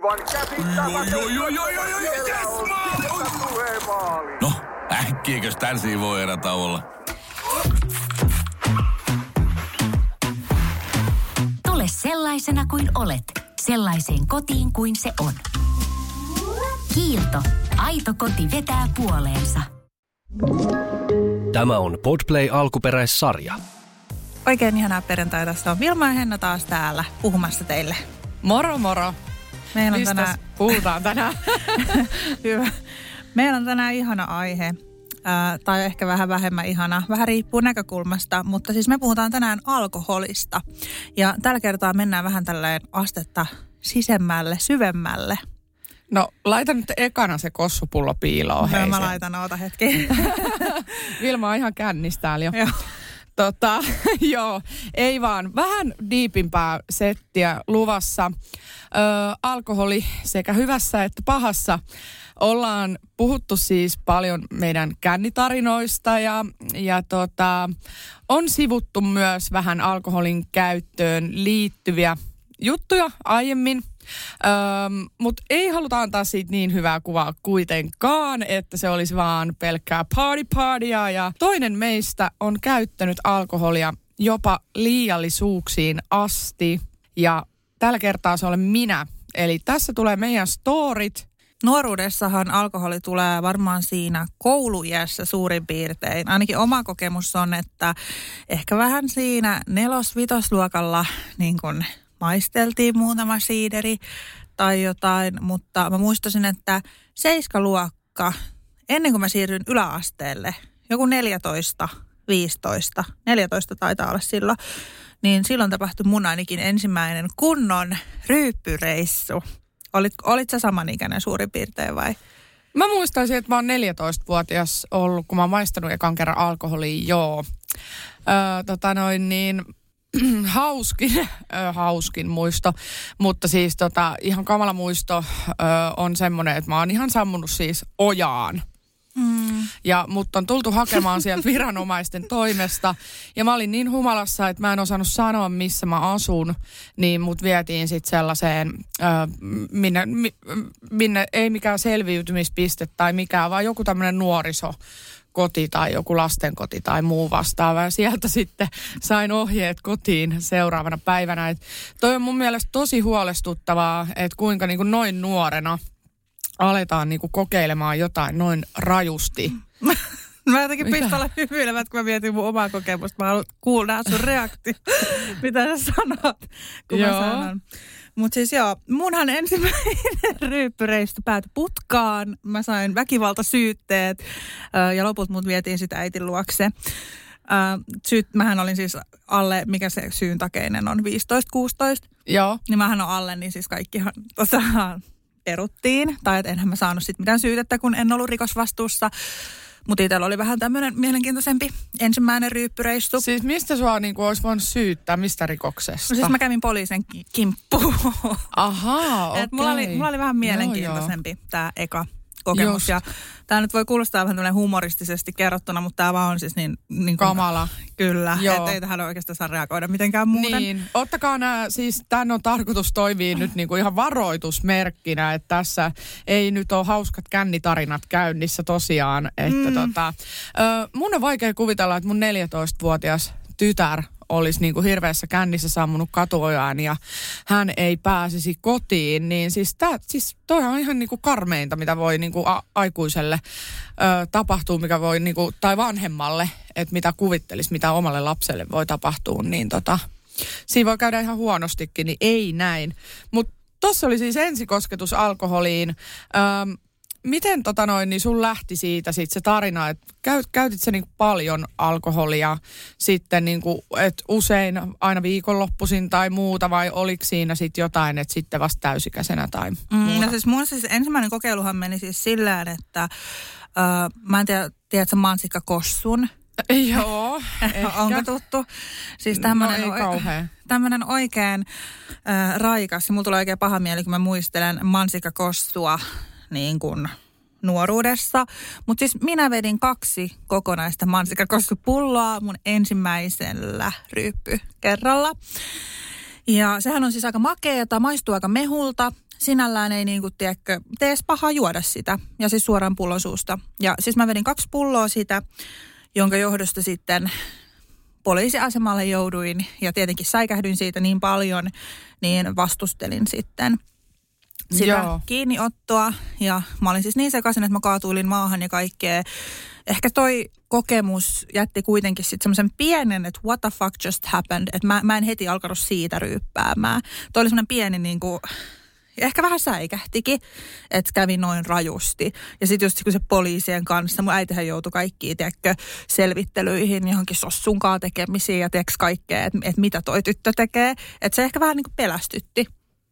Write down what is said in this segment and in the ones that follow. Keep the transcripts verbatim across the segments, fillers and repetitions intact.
Aivan käsittämätöntä. No, äkkiäkös tän voi erätä olla? Tule sellaisena kuin olet, sellaiseen kotiin kuin se on. Kiilto. Aito koti vetää puoleensa. Tämä on Podplay alkuperäissarja. Oikein ihanaa perjantai. Tässä on Vilma ja Henna taas täällä puhumassa teille. Moro moro. Meillä on Mistäs tänään... puhutaan tänään? Hyvä. Meillä on tänään ihana aihe. Äh, tai ehkä vähän vähemmän ihana. Vähän riippuu näkökulmasta. Mutta siis me puhutaan tänään alkoholista. Ja tällä kertaa mennään vähän tälleen astetta sisemmälle, syvemmälle. No, laita nyt ekana se kossupullo piiloon. No, mä laitan, oota hetki. Vilma on ihan kännissä täällä jo. Joo. Tota, joo, ei vaan. Vähän diipimpää settiä luvassa. Ö, alkoholi sekä hyvässä että pahassa. Ollaan puhuttu siis paljon meidän kännitarinoista ja, ja tota, on sivuttu myös vähän alkoholin käyttöön liittyviä juttuja aiemmin. Öm, mutta ei haluta antaa siitä niin hyvää kuvaa kuitenkaan, että se olisi vaan pelkkää party partya. Ja toinen meistä on käyttänyt alkoholia jopa liiallisuuksiin asti. Ja tällä kertaa se olen minä. Eli tässä tulee meidän storit. Nuoruudessahan alkoholi tulee varmaan siinä kouluiässä suurin piirtein. Ainakin oma kokemus on, että ehkä vähän siinä nelos-vitosluokalla niin kuin maisteltiin muutama siideri tai jotain, mutta mä muistasin, että seiskaluokka, ennen kuin mä siirryin yläasteelle, joku neljätoista, viisitoista, neljätoista taitaa olla silloin, niin silloin tapahtui mun ainakin ensimmäinen kunnon ryyppyreissu. Olit, olit sä samanikäinen suurin piirtein vai? Mä muistaisin, että mä oon neljätoistavuotias ollut, kun mä oon maistanut ekan kerran alkoholia, joo. Öö, tota noin niin... Hauskin, ö, hauskin muisto, mutta siis tota, ihan kamala muisto ö, on semmoinen, että mä oon ihan sammunut siis ojaan. Mm. Ja mut on tultu hakemaan sieltä viranomaisten toimesta. Ja mä olin niin humalassa, että mä en osannut sanoa, missä mä asun. Niin mut vietiin sitten sellaiseen, ö, minne, mi, minne ei mikään selviytymispiste tai mikään, vaan joku tämmöinen nuoriso. Koti tai joku lastenkoti tai muu vastaava. Ja sieltä sitten sain ohjeet kotiin seuraavana päivänä. Et toi on mun mielestä tosi huolestuttavaa, että kuinka niinku noin nuorena aletaan niinku kokeilemaan jotain noin rajusti. Mä jotenkin pistolla hymyilevät, kun mä mietin mun omaa kokemusta. Mä haluan kuulla sun reaktio, mitä sä sanot, kun joo. mä sanon. Mutta siis joo, munhan ensimmäinen ryyppyreissu päätyi putkaan. Mä sain väkivaltasyytteet ja loput mut vietiin sitä äitin luokse. Syyt, mähän olin siis alle, mikä se syyntakeinen on, viisitoista kuusitoista. Joo. Niin mähän on alle, niin siis kaikkihan tosiaan peruttiin. Tai et enhän mä saanut sit mitään syytettä, kun en ollut rikosvastuussa. Mutta itsellä oli vähän tämmöinen mielenkiintoisempi ensimmäinen ryyppyreissu. Siis mistä sua niinku olisi voinut syyttää? Mistä rikoksesta? No siis mä kävin poliisin kimppuun. Ahaa, okei. Okay. Mulla oli, mulla oli vähän mielenkiintoisempi tämä eka kokemus. Just. Ja tämä nyt voi kuulostaa vähän humoristisesti kerrottuna, mutta tämä vaan on siis niin... niin kuin, kamala. Kyllä, että ei tähän oikeastaan saa reagoida mitenkään muuten. Niin, ottakaa nämä, siis tämän on tarkoitus toimia nyt niin kuin ihan varoitusmerkkinä, että tässä ei nyt ole hauskat kännitarinat käynnissä tosiaan. Että mm. tota, ö, mun on vaikea kuvitella, että mun neljätoistavuotias tytär olisi niin kuin hirveässä kännissä sammunut katuojaan ja hän ei pääsisi kotiin, niin siis, tää, siis toi on ihan niin kuin karmeinta, mitä voi niin kuin a- aikuiselle ö, tapahtua, mikä voi niin kuin, tai vanhemmalle, että mitä kuvittelisi, mitä omalle lapselle voi tapahtua, niin tota, siinä voi käydä ihan huonostikin, niin ei näin. Mutta tossa oli siis ensikosketus alkoholiin. Ö, Miten tota noin, niin sun lähti siitä sit se tarina, että käyt, käytit sä niinku paljon alkoholia sitten niinku, että usein aina viikonloppuisin tai muuta vai oliko siinä sitten jotain, että sitten vasta täysikäisenä tai muuta? Mm, no siis mun siis ensimmäinen kokeiluhan meni siis sillä, että äh, mä en tiedä, tiedätkö mansikkakossun? Joo, ehkä. Onko tuttu? Siis tämmönen, no ei kauhean. Tämmönen oikein äh, raikas, ja mulla tulee oikein paha mieli, kun mä muistelen mansikkakossua niin kuin nuoruudessa. Mutta siis minä vedin kaksi kokonaista mansikkakossupulloa mun ensimmäisellä ryyppykerralla. Ja sehän on siis aika makeata, maistuu aika mehulta, sinällään ei niinku, tiedätkö, tee edes pahaa juoda sitä. Ja siis suoraan pullon suusta. Ja siis mä vedin kaksi pulloa sitä, jonka johdosta sitten poliisiasemalle jouduin ja tietenkin säikähdyin siitä niin paljon, niin vastustelin sitten sitä Joo. kiinniottoa. Ja mä olin siis niin sekaisin, että mä kaatuilin maahan ja kaikkea. Ehkä toi kokemus jätti kuitenkin sitten semmoisen pienen, että what the fuck just happened, että mä, mä en heti alkanut siitä ryyppäämään. Toi oli semmoinen pieni niin kuin, ehkä vähän säikähtikin, että kävi noin rajusti. Ja sitten just kun se poliisien kanssa, mun äitihän joutui kaikkiin, tiedätkö, selvittelyihin, johonkin sossunkaan tekemisiin ja tiedätkö kaikkea, että et mitä toi tyttö tekee. Että se ehkä vähän niin kuin pelästytti.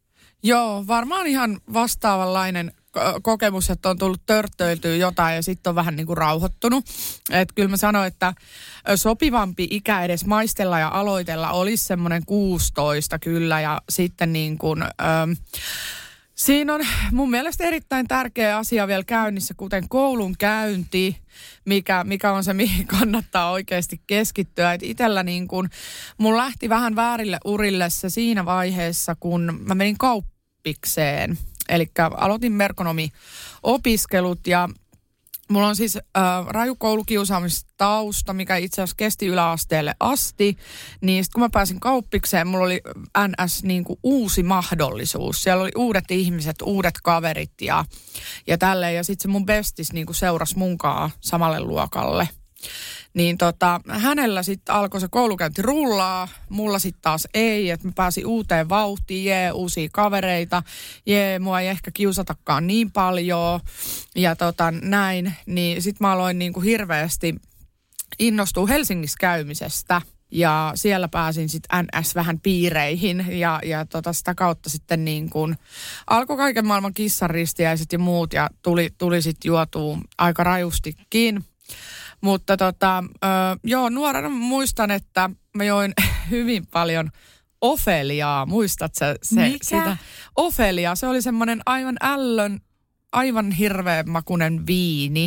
Joo, varmaan ihan vastaavanlainen kokemus, että on tullut törttöiltyä jotain ja sitten on vähän niin kuin rauhoittunut. Että kyllä mä sanoin, että sopivampi ikä edes maistella ja aloitella olisi semmoinen kuusitoista kyllä ja sitten niin kuin, ähm, siinä on mun mielestä erittäin tärkeä asia vielä käynnissä, kuten koulun käynti, mikä, mikä on se, mihin kannattaa oikeasti keskittyä. Että itsellä niin kuin, mun lähti vähän väärille urille se siinä vaiheessa, kun mä menin kauppikseen. Eli aloitin merkonomiopiskelut ja mulla on siis äh, raju koulukiusaamistausta, mikä itse asiassa kesti yläasteelle asti. Niin sitten kun mä pääsin kauppikseen, mulla oli N S niin kuin uusi mahdollisuus. Siellä oli uudet ihmiset, uudet kaverit ja, ja tälleen. Ja sitten se mun bestis niin kuin seurasi munkaan samalle luokalle. Niin tota, hänellä sitten alkoi se koulukäynti rullaa, mulla sitten taas ei, että mä pääsin uuteen vauhtiin, jee, uusia kavereita, jee, mua ei ehkä kiusatakaan niin paljon ja tota näin, niin sitten mä aloin niinku hirveästi innostua Helsingissä käymisestä ja siellä pääsin sitten N S vähän piireihin ja, ja tota sitä kautta sitten niin kuin alkoi kaiken maailman kissanristiäiset ja muut ja tuli, tuli sitten juotua aika rajustikin. Mutta tota, ö, joo, nuorena muistan, että mä join hyvin paljon Ofeliaa. Muistatko sä se, sitä? Ofeliaa, se oli semmoinen aivan ällön, aivan hirveän makuinen viini.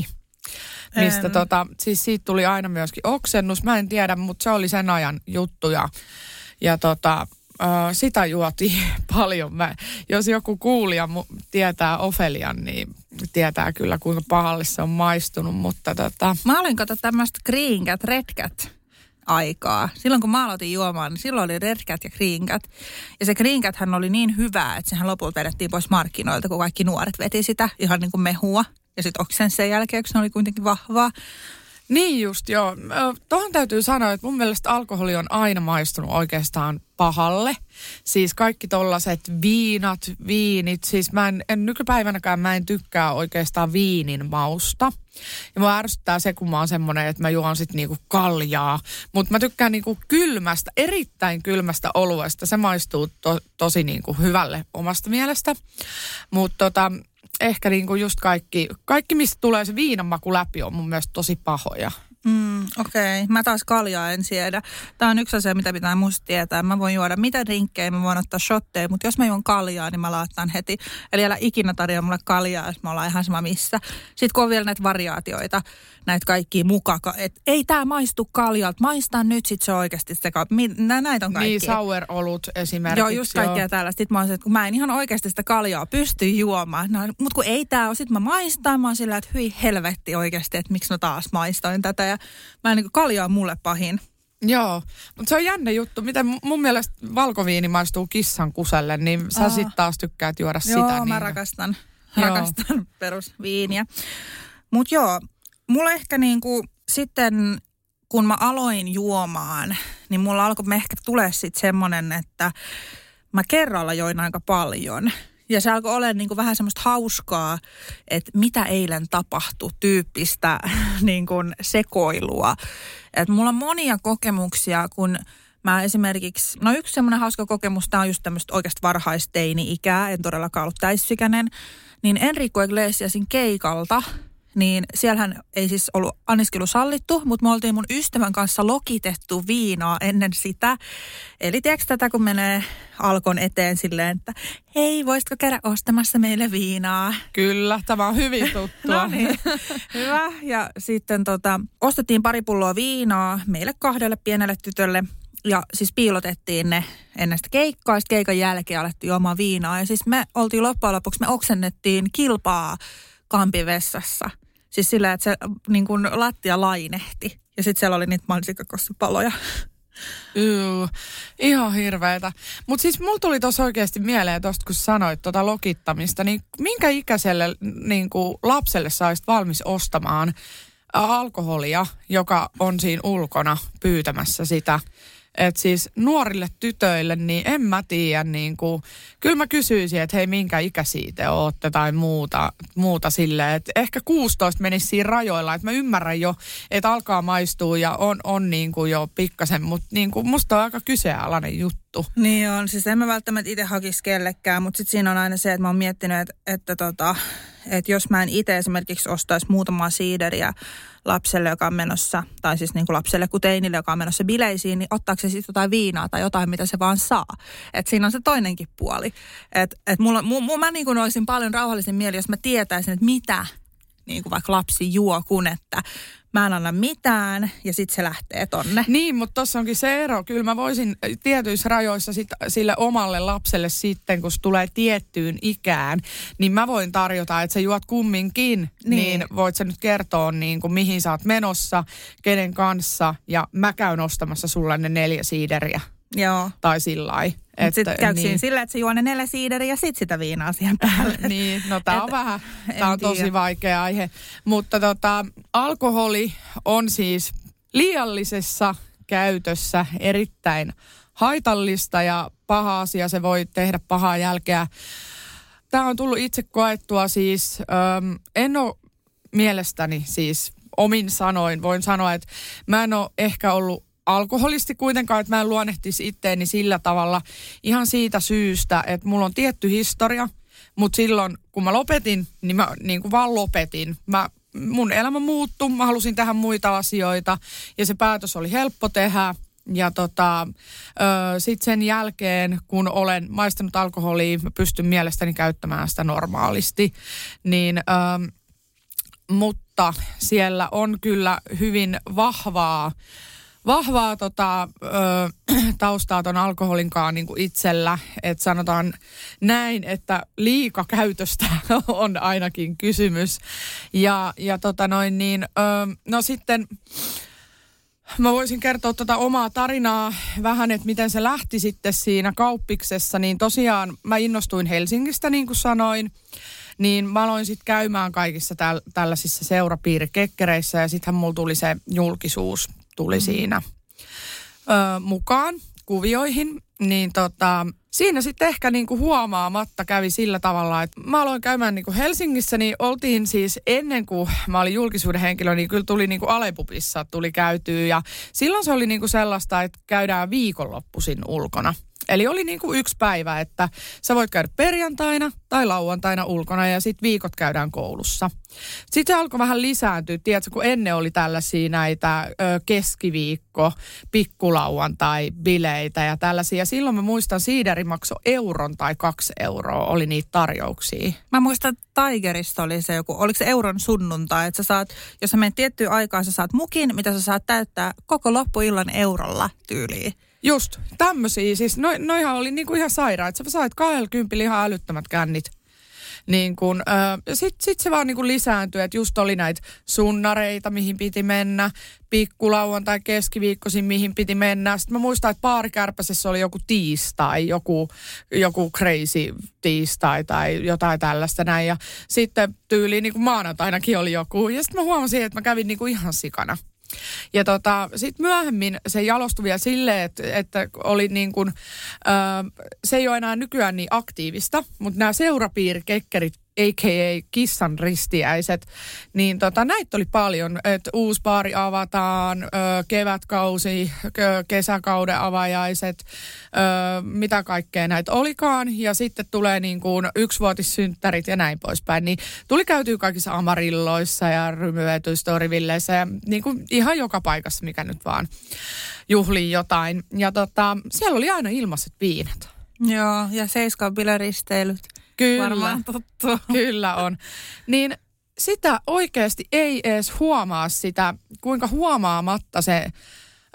Mistä tota, siis siitä tuli aina myöskin oksennus. Mä en tiedä, mutta se oli sen ajan juttu ja, ja tota... Uh, sitä juotiin paljon. Mä, jos joku kuulija mu- tietää Ofelian, niin tietää kyllä kuinka pahalle se on maistunut, mutta tota... Mä olin kato tämmöistä Green Cat, Red Cat aikaa. Silloin kun mä aloitin juomaan, niin silloin oli Red Cat ja Green Cat. Ja se Green Cathän oli niin hyvää, että sehän lopulta vedettiin pois markkinoilta, kun kaikki nuoret veti sitä ihan niin kuin mehua. Ja sitten oksen sen jälkeen, kun se oli kuitenkin vahvaa. Niin just, joo. Tuohon täytyy sanoa, että mun mielestä alkoholi on aina maistunut oikeastaan pahalle. Siis kaikki tollaset viinat, viinit, siis mä en, en nykypäivänäkään mä en tykkää oikeastaan viinin mausta. Ja mua ärsyttää se, kun mä oon semmonen, että mä juon sit niinku kaljaa. Mutta mä tykkään niinku kylmästä, erittäin kylmästä oluesta. Se maistuu to, tosi niinku hyvälle omasta mielestä. Mutta tota... Ehkä niinku just kaikki, kaikki mistä tulee se viinanmaku läpi on mun mielestä tosi pahoja. Mm, Okei, okay. Mä taas kaljaa en siedä. Tää on yksi asia, mitä pitää musta tietää. Mä voin juoda mitä drinkkejä, mä voin ottaa shotteja, mutta jos mä juon kaljaa, niin mä laattaan heti. Eli älä ikinä tarjoa mulle kaljaa, jos mä ollaan ihan sama missä. Sitten kun on vielä näitä variaatioita, näitä kaikkia mukaka, että ei tää maistu kaljalta, maistaa nyt sit se oikeasti se ka- näitä on kaikki. Niin, sour-olut esimerkiksi. Joo, just kaikkea joo. Tällaista. Sitten mä oon se, että kun mä en ihan oikeasti sitä kaljaa pysty juomaan, no, mutta kun ei tää ole, sit mä maistan, mä oon sillä, että hyi helvetti oikeasti, että miksi mä taas maistoin tätä ja mä en niin kuin kalja on mulle pahin. Joo, mutta se on jännä juttu. Miten mun mielestä valkoviini maistuu kissan kuselle, niin sä Aha. sit taas tykkäät juoda joo, sitä. Joo, niin... mä rakastan, rakastan perusviiniä. Mut joo, mulla ehkä niinku sitten, kun mä aloin juomaan, niin mulla alkoi ehkä tulee sitten semmonen, että mä kerralla join aika paljon. Ja se alkoi olemaan niin kuin vähän semmoista hauskaa, että mitä eilen tapahtui tyyppistä niin kuin sekoilua. Että mulla on monia kokemuksia, kun mä esimerkiksi, no yksi semmoinen hauska kokemus, tää on just tämmöistä oikeasta varhaisteini-ikää, en todellakaan ollut täysikäinen, niin Enrico Iglesiasin keikalta, niin siellähän ei siis ollut anniskelu sallittu, mutta me oltiin mun ystävän kanssa lokitettu viinaa ennen sitä. Eli tiedätkö tätä, kun menee Alkon eteen silleen, että hei, voisitko käydä ostamassa meille viinaa? Kyllä, tämä on hyvin tuttua. No niin, hyvä. Ja sitten tota, ostettiin pari pulloa viinaa meille kahdelle pienelle tytölle. ja siis piilotettiin ne ennen sitä keikkaa, ja keikan jälkeen alettiin juomaan viinaa. Ja siis me oltiin loppujen lopuksi, me oksennettiin kilpaa kampin vessassa. Siis sillä, että se niin kuin lattia lainehti. Ja sitten siellä oli niitä mansikkakossupaloja. Yy, ihan hirveetä. Mutta siis mulla tuli tuossa oikeasti mieleen tuosta, kun sanoit tuota lokittamista, niin minkä ikäiselle niin kuin lapselle saisit valmis ostamaan alkoholia, joka on siinä ulkona pyytämässä sitä? Että siis nuorille tytöille, niin en mä tiedä, niin kuin, kyllä mä kysyisin, että hei, minkä ikäisiä te ootte tai muuta, muuta silleen, että ehkä kuusitoista menisi siinä rajoilla, että mä ymmärrän jo, että alkaa maistua ja on, on niin kuin jo pikkasen, mutta niin kuin musta on aika kyseenalainen juttu. Niin on, siis en mä välttämättä itse hakisi kellekään, mutta sitten siinä on aina se, että mä oon miettinyt, että, että, tota, että jos mä en itse esimerkiksi ostaisi muutamaa siideriä lapselle, joka on menossa, tai siis niin kuin lapselle kuin teinille, joka on menossa bileisiin, niin ottaako se sitten jotain viinaa tai jotain, mitä se vaan saa. Että siinä on se toinenkin puoli. Että et mulla, mu, mä niin kuin olisin paljon rauhallisin mieli, jos mä tietäisin, että mitä niin kuin vaikka lapsi juo, kun että mä en anna mitään ja sitten se lähtee tonne. Niin, mutta tuossa onkin se ero. Kyllä mä voisin tietyissä rajoissa sit, sille omalle lapselle sitten, kun se tulee tiettyyn ikään, niin mä voin tarjota, että sä juot kumminkin, niin, niin voit sä nyt kertoa niin kuin mihin sä oot menossa, kenen kanssa ja mä käyn ostamassa sulle ne neljä siideriä. Joo. Tai sillai. Sitten käykö niin sillä, että se juo ne neljä siideriä ja sitten sitä viinaa siihen päälle. Niin, no tää on vähän, tää on tosi vaikea aihe. Mutta tota, alkoholi on siis liiallisessa käytössä erittäin haitallista ja paha asia. Se voi tehdä pahaa jälkeä. Tää on tullut itse koettua siis, ähm, en ole mielestäni siis omin sanoin, voin sanoa, että mä en ole ehkä ollut alkoholisti kuitenkaan, että mä en luonnehtisi itteeni sillä tavalla ihan siitä syystä, että mulla on tietty historia, mutta silloin kun mä lopetin, niin mä niin kuin vaan lopetin. Mä, mun elämä muuttui, mä halusin tehdä muita asioita ja se päätös oli helppo tehdä. Ja tota, sitten sen jälkeen, kun olen maistanut alkoholia, mä pystyn mielestäni käyttämään sitä normaalisti, niin, ö, mutta siellä on kyllä hyvin vahvaa, Vahvaa tota, ö, taustaa ton alkoholinkaan niin kuin itsellä, että sanotaan näin, että liikakäytöstä on ainakin kysymys. Ja, ja tota noin niin, ö, no sitten mä voisin kertoa tota omaa tarinaa vähän, että miten se lähti sitten siinä kauppiksessa, niin tosiaan mä innostuin Helsingistä, niin kuin sanoin. Niin mä aloin sitten käymään kaikissa täl, tällaisissa seurapiirikekkereissä ja sittenhän mulla tuli se julkisuus, tuli mm. siinä ö, mukaan kuvioihin. Niin tota, siinä sitten ehkä niinku huomaamatta kävi sillä tavalla, että mä aloin käymään niinku Helsingissä, niin oltiin siis ennen kuin mä olin julkisuuden henkilö, niin kyllä tuli niinku Alepupissa tuli käytyä ja silloin se oli niinku sellaista, että käydään viikonloppuisin ulkona. Eli oli niin kuin yksi päivä, että sä voit käydä perjantaina tai lauantaina ulkona ja sitten viikot käydään koulussa. Sitten se alkoi vähän lisääntyä, tiedätkö, kun ennen oli tällaisia näitä ö, keskiviikko, pikkulauantai, bileitä ja tällaisia. Silloin mä muistan, siideri maksoi euron tai kaksi euroa oli niitä tarjouksia. Mä muistan, että Tigerista oli se joku, oliko se euron sunnuntai, että sä saat, jos sä menet tiettyyn aikaan, sä saat mukin, mitä sä saat täyttää koko loppuillan eurolla tyyliin. Just, tämmöisiä. Siis no, noihan oli niinku ihan sairaat. Sä sait kaksikymmentä ihan älyttömät kännit. Niin kun, äh, sitten sit se vaan niinku lisääntyi, että just oli näitä sunnareita, mihin piti mennä, pikkulauantai keskiviikkoisin, mihin piti mennä. Sitten mä muistan, että Baarikärpäsessä oli joku tiistai, joku, joku crazy tiistai tai jotain tällaista näin. Ja sitten tyyliin niinku maanantainakin oli joku. Ja sitten mä huomasin, että mä kävin niinku ihan sikana. Ja tota, sitten myöhemmin se jalostui vielä silleen, että, että oli niin kuin, ö, se ei ole enää nykyään niin aktiivista, mutta nämä seurapiirikekkerit, a k a kissan ristiäiset, niin tota, näitä oli paljon, että uusi baari avataan, ö, kevätkausi, ö, kesäkauden avajaiset, ö, mitä kaikkea näitä olikaan, ja sitten tulee niin kuin yksivuotissynttärit ja näin poispäin, niin tuli käytyä kaikissa Amarilloissa ja Rymyvetyistorivilleissä ja niin kuin ihan joka paikassa, mikä nyt vaan juhlii jotain, ja tota, siellä oli aina ilmaiset viinat. Joo, ja seiskan bileristeilyt. Kyllä, varmaan tuttu. Kyllä on. Niin sitä oikeasti ei edes huomaa sitä, kuinka huomaamatta se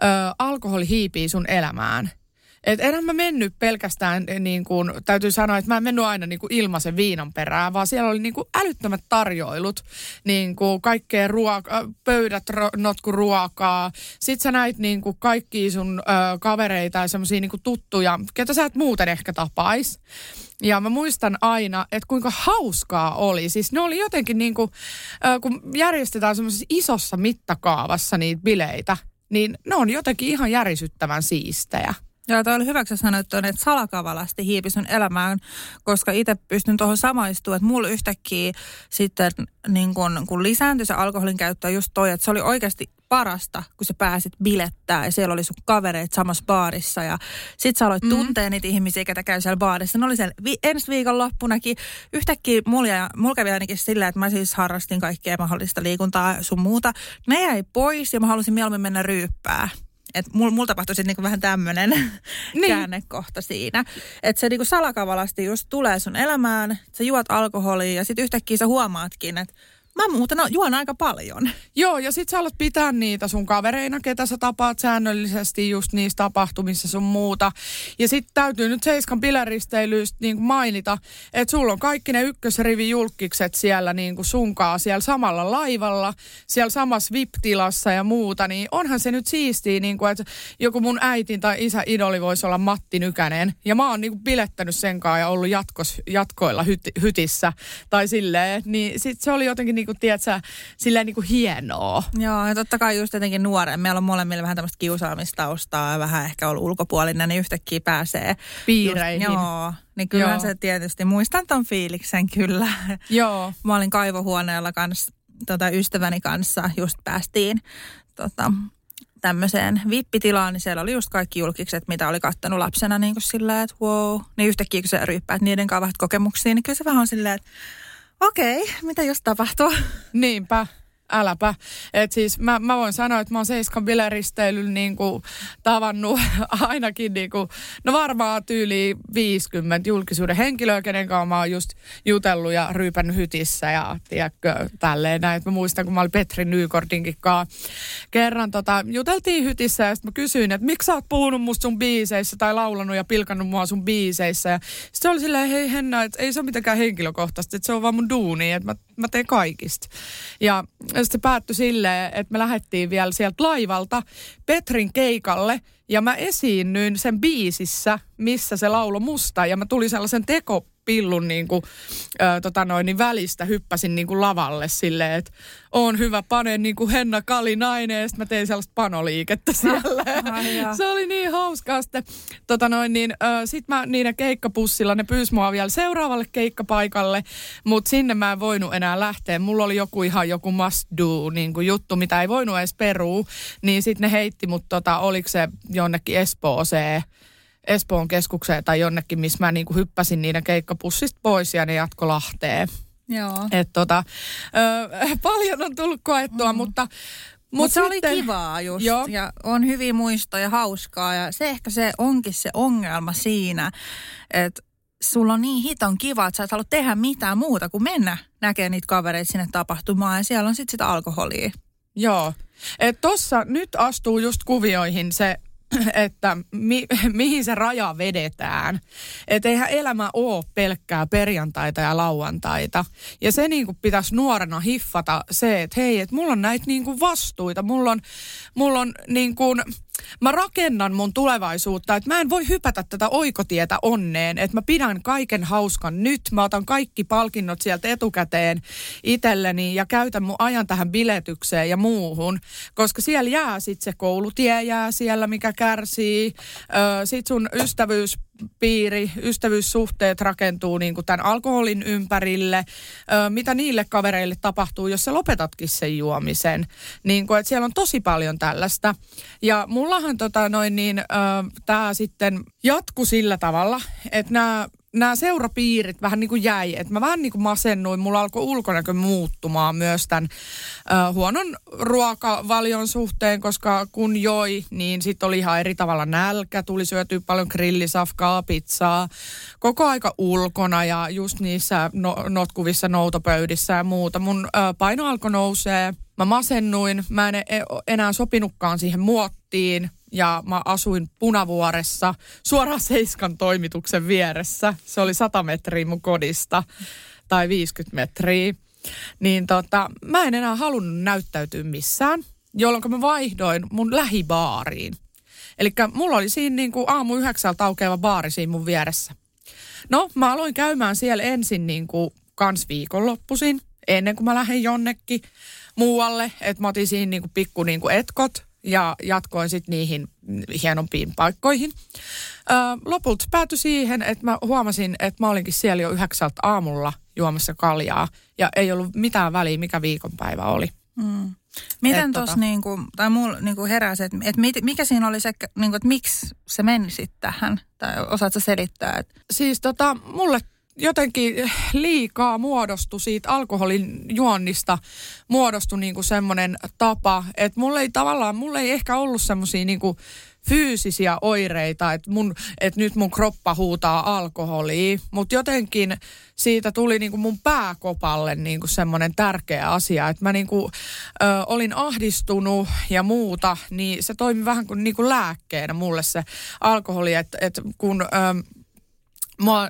alkoholi hiipii sun elämään. Et enhän mä mennyt pelkästään, niin kuin, täytyy sanoa, että mä en mennyt aina niin kuin ilmaisen viinan perään, vaan siellä oli niin kuin älyttömät tarjoilut, niin kuin kaikkea ruoka, pöydät notku ruokaa. Sitten sä näit niin kuin kaikkia sun ö, kavereita ja semmosia niin kuin tuttuja, ketä sä et muuten ehkä tapais. Ja mä muistan aina, että kuinka hauskaa oli. Siis ne oli jotenkin niin kuin, ö, kun järjestetään semmoisessa isossa mittakaavassa niitä bileitä, niin ne on jotenkin ihan järisyttävän siistejä. Joo, toi oli hyväksi sanottu, että salakavalasti hiipi sun elämään, koska itse pystyn tuohon samaistumaan, että mulla yhtäkkiä sitten niin kun, kun lisääntyi se alkoholin käyttö just toi, että se oli oikeasti parasta, kun sä pääsit bilettää ja siellä oli sun kavereet samassa baarissa ja sit sä aloit mm. tuntea niitä ihmisiä, ketä käy siellä baarissa. Ne oli siellä vi- ensi viikon loppunakin. Yhtäkkiä mulla, mulla kävi ainakin sillä, että mä siis harrastin kaikkea mahdollista liikuntaa sun muuta. Ne jäi pois ja mä halusin mieluummin mennä ryyppää. Että mulla mul tapahtui sitten niinku vähän tämmöinen niin. käännekohta siinä. Että se niinku salakavalasti just tulee sun elämään, sä juot alkoholia ja sitten yhtäkkiä sä huomaatkin, että mä muuten no, juon aika paljon. Joo, ja sit sä alat pitää niitä sun kavereina, ketä sä tapaat säännöllisesti just niissä tapahtumissa sun muuta. Ja sit täytyy nyt Seiskan bileristeilyistä niin kuin mainita, että sulla on kaikki ne ykkösrivi julkkikset siellä niin kuin sunkaa siellä samalla laivalla, siellä samassa V I P-tilassa ja muuta. Niin onhan se nyt siistiä, niin kuin, että joku mun äitin tai isä idoli voisi olla Matti Nykänen. Ja mä oon niin kuin bilettänyt senkaan ja ollut jatkos, jatkoilla hyti, hytissä tai silleen. Niin sit se oli jotenkin niin kuin, tiedätkö, silleen niin kuin hienoa. Joo, ja totta kai just jotenkin nuoren. Meillä on molemmilla vähän tämmöistä kiusaamistaustaa ja vähän ehkä ollut ulkopuolinen, niin yhtäkkiä pääsee piireihin. Just, joo, niin kyllähän joo. se tietysti, muistan ton fiiliksen kyllä. Joo. Mä olin kaivohuoneella kanssa, tota, ystäväni kanssa, just päästiin tota, tämmöiseen vippitilaan, niin siellä oli just kaikki julkikset, mitä oli kattanut lapsena niin kuin silleen, että wow. Niin yhtäkkiä kun sä ryyppäät niiden kanssa vähän kokemuksia, niin kyllä se vähän on silleen, että okei, mitä just tapahtuu? Niinpä, äläpä. Et siis mä, mä voin sanoa, että mä oon Seiskan bileristeilyllä niinku tavannut ainakin niinku, no varmaan tyyliin viisikymmentä julkisuuden henkilöä, kenen kanssa mä oon just jutellut ja ryypännyt hytissä ja tiedätkö, tälleen näin. Mä muistan, kun mä olin Petri Nykordinkin kanssa kerran tota, juteltiin hytissä ja sitten mä kysyin, että miksi sä oot puhunut musta sun biiseissä tai laulanut ja pilkannut mua sun biiseissä. Ja sitten se oli silleen, hei Henna, että ei se ole mitenkään henkilökohtaisesti, että se on vaan mun duuni, että mä, mä teen kaikista. Ja sitten se päättyi silleen, että me lähdettiin vielä sieltä laivalta Petrin keikalle ja mä esiinnyin sen biisissä, missä se lauloi musta ja mä tulin sellaisen tekopillun niin kuin, ö, tota noin, niin välistä, hyppäsin niin kuin lavalle silleen, että oon hyvä, panen niin kuin Henna Kalinainen ja sitten mä tein sellaista panoliikettä siellä. Ah, se oli niin hauskaa sitten. Tota noin, niin, ö, sit mä niiden keikkapussilla, ne pyysi mua vielä seuraavalle keikkapaikalle, mutta sinne mä en voinut enää lähteä. Mulla oli joku ihan joku must do niin kuin juttu, mitä ei voinut edes perua, niin sitten ne heitti mut, tota, oliko se jonnekin Espooseen, Espoon keskukseen tai jonnekin, missä mä niinku hyppäsin niiden keikkapussista pois ja ne jatko Lahteen. Joo. Et tota, ö, paljon on tullut koettua, mm. mutta... Mutta Mut se sitten, oli kivaa just jo. Ja on hyviä muistoja, hauskaa ja se ehkä se onkin se ongelma siinä, että sulla on niin hiton kiva, että sä et halua tehdä mitään muuta kuin mennä näkemään niitä kavereita sinne tapahtumaan ja siellä on sitten sitä alkoholia. Joo, että tossa nyt astuu just kuvioihin se, että mi, mihin se raja vedetään. Että eihän elämä ole pelkkää perjantaita ja lauantaita. Ja se niin kuin pitäisi nuorena hiffata se, että hei, että mulla on näitä niin kuin vastuita. Mulla on, mulla on niin kuin, mä rakennan mun tulevaisuutta, että mä en voi hypätä tätä oikotietä onneen. Että mä pidän kaiken hauskan nyt. Mä otan kaikki palkinnot sieltä etukäteen itselleni ja käytän mun ajan tähän biletykseen ja muuhun. Koska siellä jää sit se koulutie jää siellä, mikä kärsii. Sitten sun ystävyyspiiri, ystävyyssuhteet rakentuu niin kuin tämän alkoholin ympärille. Ö, mitä niille kavereille tapahtuu, jos sä lopetatkin sen juomisen. Niin kuin, että siellä on tosi paljon tällaista. Ja mullahan tota noin niin, ö, tää sitten jatkui sillä tavalla, että nämä Nämä seurapiirit vähän niin kuin jäi, että mä vähän niin kuin masennuin, mulla alkoi ulkonäkö muuttumaan myös tämän ö, huonon ruokavalion suhteen, koska kun joi, niin sitten oli ihan eri tavalla nälkä, tuli syötyä paljon grillisafkaa, pizzaa, koko aika ulkona ja just niissä no, notkuvissa noutopöydissä ja muuta. Mun ö, paino alkoi nousee, mä masennuin, mä en enää sopinutkaan siihen muottiin. ja mä asuin Punavuoressa suoraan Seiskan toimituksen vieressä. Se oli sata metriä mun kodista tai viisikymmentä metriä. Niin tota, mä en enää halunnut näyttäytyä missään, jolloin mä vaihdoin mun lähibaariin. Elikkä mulla oli siinä niinku aamu yhdeksältä aukeava baari siinä mun vieressä. No, mä aloin käymään siellä ensin niinku kans viikonloppuisin, ennen kuin mä lähdin jonnekin muualle. Että mä otin siinä niinku pikku niinku etkot ja jatkoin sitten niihin hienompiin paikkoihin. Ö, lopulta päätyi siihen, että mä huomasin, että mä olinkin siellä jo yhdeksältä aamulla juomassa kaljaa. Ja ei ollut mitään väliä, mikä viikonpäivä oli. Mm. Miten tuossa, tota, niinku, tai mulla niinku herää se, että et mikä siinä oli se, niinku, että miksi se meni sitten tähän? Tai osaatko selittää? Et... Siis tota, mulle jotenkin liikaa muodostui siitä alkoholin juonnista, muodostui niinku semmoinen tapa, että mulla ei tavallaan, mulla ei ehkä ollut semmoisia niinku fyysisiä oireita, että, mun, että nyt mun kroppa huutaa alkoholia, mutta jotenkin siitä tuli niinku mun pääkopalle niinku semmoinen tärkeä asia, että mä niinku, ö, olin ahdistunut ja muuta, niin se toimi vähän kuin niinku lääkkeenä mulle se alkoholi, että, että kun ö, mua...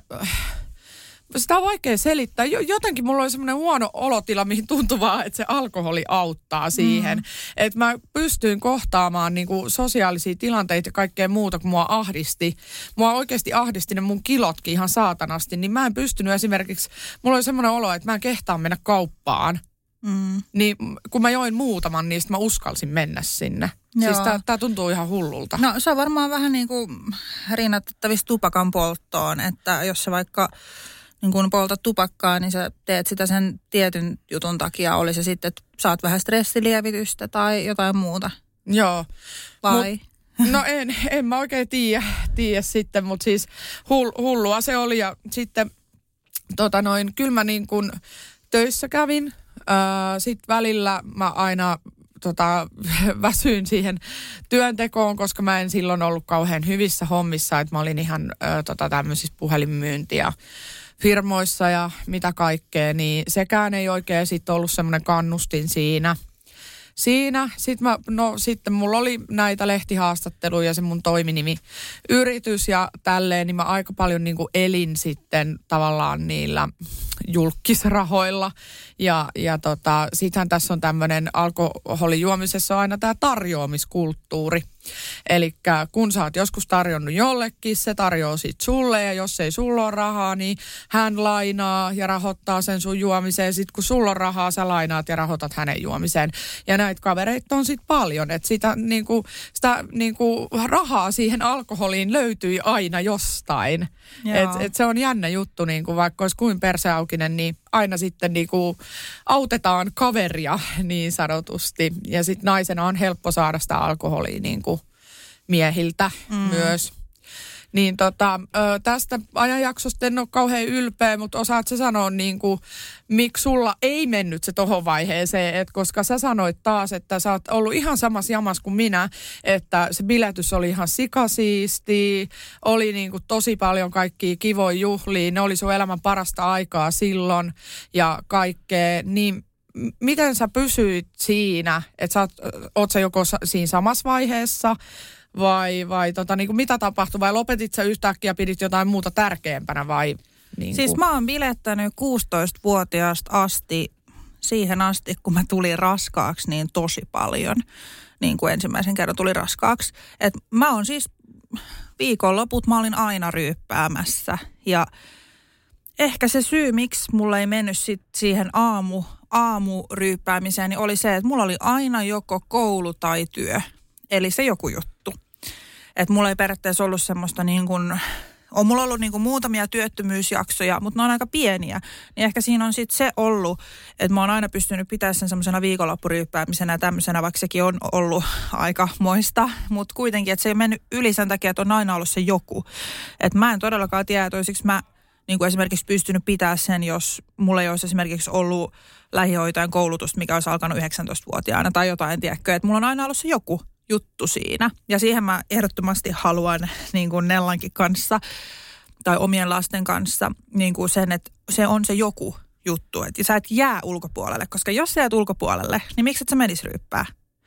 Sitä on vaikea selittää. Jotenkin mulla oli semmoinen huono olotila, mihin tuntui vaan, että se alkoholi auttaa siihen. Mm. Että mä pystyin kohtaamaan niinku sosiaalisia tilanteita ja kaikkea muuta, kun mua ahdisti. Mua oikeasti ahdisti ne mun kilotkin ihan saatanasti. Niin mä en pystynyt esimerkiksi, mulla oli semmoinen olo, että mä en kehtaa mennä kauppaan. Mm. Niin kun mä join muutaman, niin mä uskalsin mennä sinne. Joo. Siis tää, tää tuntuu ihan hullulta. No se on varmaan vähän niin kuin rinnatettavissa tupakan polttoon, että jos se vaikka... niin kun poltat tupakkaa, niin sä teet sitä sen tietyn jutun takia. Oli se sitten, että saat vähän stressilievitystä tai jotain muuta. Joo. Vai? Mut, no en, en mä oikein tiedä, tiedä sitten, mutta siis hull, hullua se oli. Ja sitten tota noin, kyllä mä niin kun töissä kävin. Sitten välillä mä aina tota, väsyin siihen työntekoon, koska mä en silloin ollut kauhean hyvissä hommissa. Että mä olin ihan ö, tota, tämmöisissä puhelinmyyntiä firmoissa ja mitä kaikkea, niin sekään ei oikein sitten ollut semmoinen kannustin siinä. Siinä, sitten mä, no sitten mulla oli näitä lehtihaastatteluja ja se mun toiminimi yritys ja tälleen, niin mä aika paljon niin kuin elin sitten tavallaan niillä julkisrahoilla. Ja, ja tota, sittenhän tässä on tämmöinen alkoholijuomisessa on aina tämä tarjoamiskulttuuri. Eli kun sä oot joskus tarjonnut jollekin, se tarjoaa sit sulle ja jos ei sulla ole rahaa, niin hän lainaa ja rahoittaa sen sun juomiseen. Sitten kun sulla on rahaa, sä lainaat ja rahoitat hänen juomiseen. Ja näitä kavereita on sitten paljon, että sitä, niinku, sitä niinku, rahaa siihen alkoholiin löytyi aina jostain. Että et se on jännä juttu, niinku, vaikka olisi kuin perseaukinen, niin aina sitten niinku autetaan kaveria niin sanotusti. Ja sitten naisena on helppo saada sitä alkoholia niinku miehiltä mm. myös. Niin tota, tästä ajanjaksosta en ole kauhean ylpeä, mutta osaat sä sanoa niinku, miksi sulla ei mennyt se tohon vaiheeseen, että koska sä sanoit taas, että sä oot ollut ihan samassa jamassa kuin minä, että se biletys oli ihan sikasiisti, oli niinku tosi paljon kaikkia kivoja juhlia, ne oli sun elämän parasta aikaa silloin ja kaikkea, niin miten sä pysyit siinä, että sä oot, oot sä joko siinä samassa vaiheessa, Vai, vai tota, niin kuin mitä tapahtui? Vai lopetit sä yhtäkkiä ja pidit jotain muuta tärkeämpänä? Vai, niin siis mä oon bilettänyt kuusitoistavuotiaasta asti, siihen asti kun mä tulin raskaaksi niin tosi paljon. Niin kuin ensimmäisen kerran tuli raskaaksi. Et mä oon siis viikonloput mä olin aina ryyppäämässä. Ja ehkä se syy, miksi mulla ei mennyt sit siihen aamu, aamuryyppäämiseen, niin oli se, että mulla oli aina joko koulu tai työ. Eli se joku juttu. Että mulla ei periaatteessa ollut semmoista niin kuin, on mulla ollut niin kuin muutamia työttömyysjaksoja, mutta ne on aika pieniä. Niin ehkä siinä on sitten se ollut, että mä oon aina pystynyt pitämään sen semmoisena viikonloppuryyppäämisenä ja tämmöisenä, vaikka sekin on ollut aika moista. Mutta kuitenkin, että se ei mennyt yli sen takia, että on aina ollut se joku. Että mä en todellakaan tiedä, että olisiko mä niin kuin esimerkiksi pystynyt pitämään sen, jos mulla ei olisi esimerkiksi ollut lähihoitajan koulutusta, mikä olisi alkanut yhdeksäntoistavuotiaana tai jotain, tiedätkö. Että mulla on aina ollut se joku juttu siinä. Ja siihen mä ehdottomasti haluan niin kuin Nellankin kanssa tai omien lasten kanssa niin kuin sen, että se on se joku juttu. Että sä et jää ulkopuolelle, koska jos sä jäät ulkopuolelle, niin miksi et sä menis ryyppää?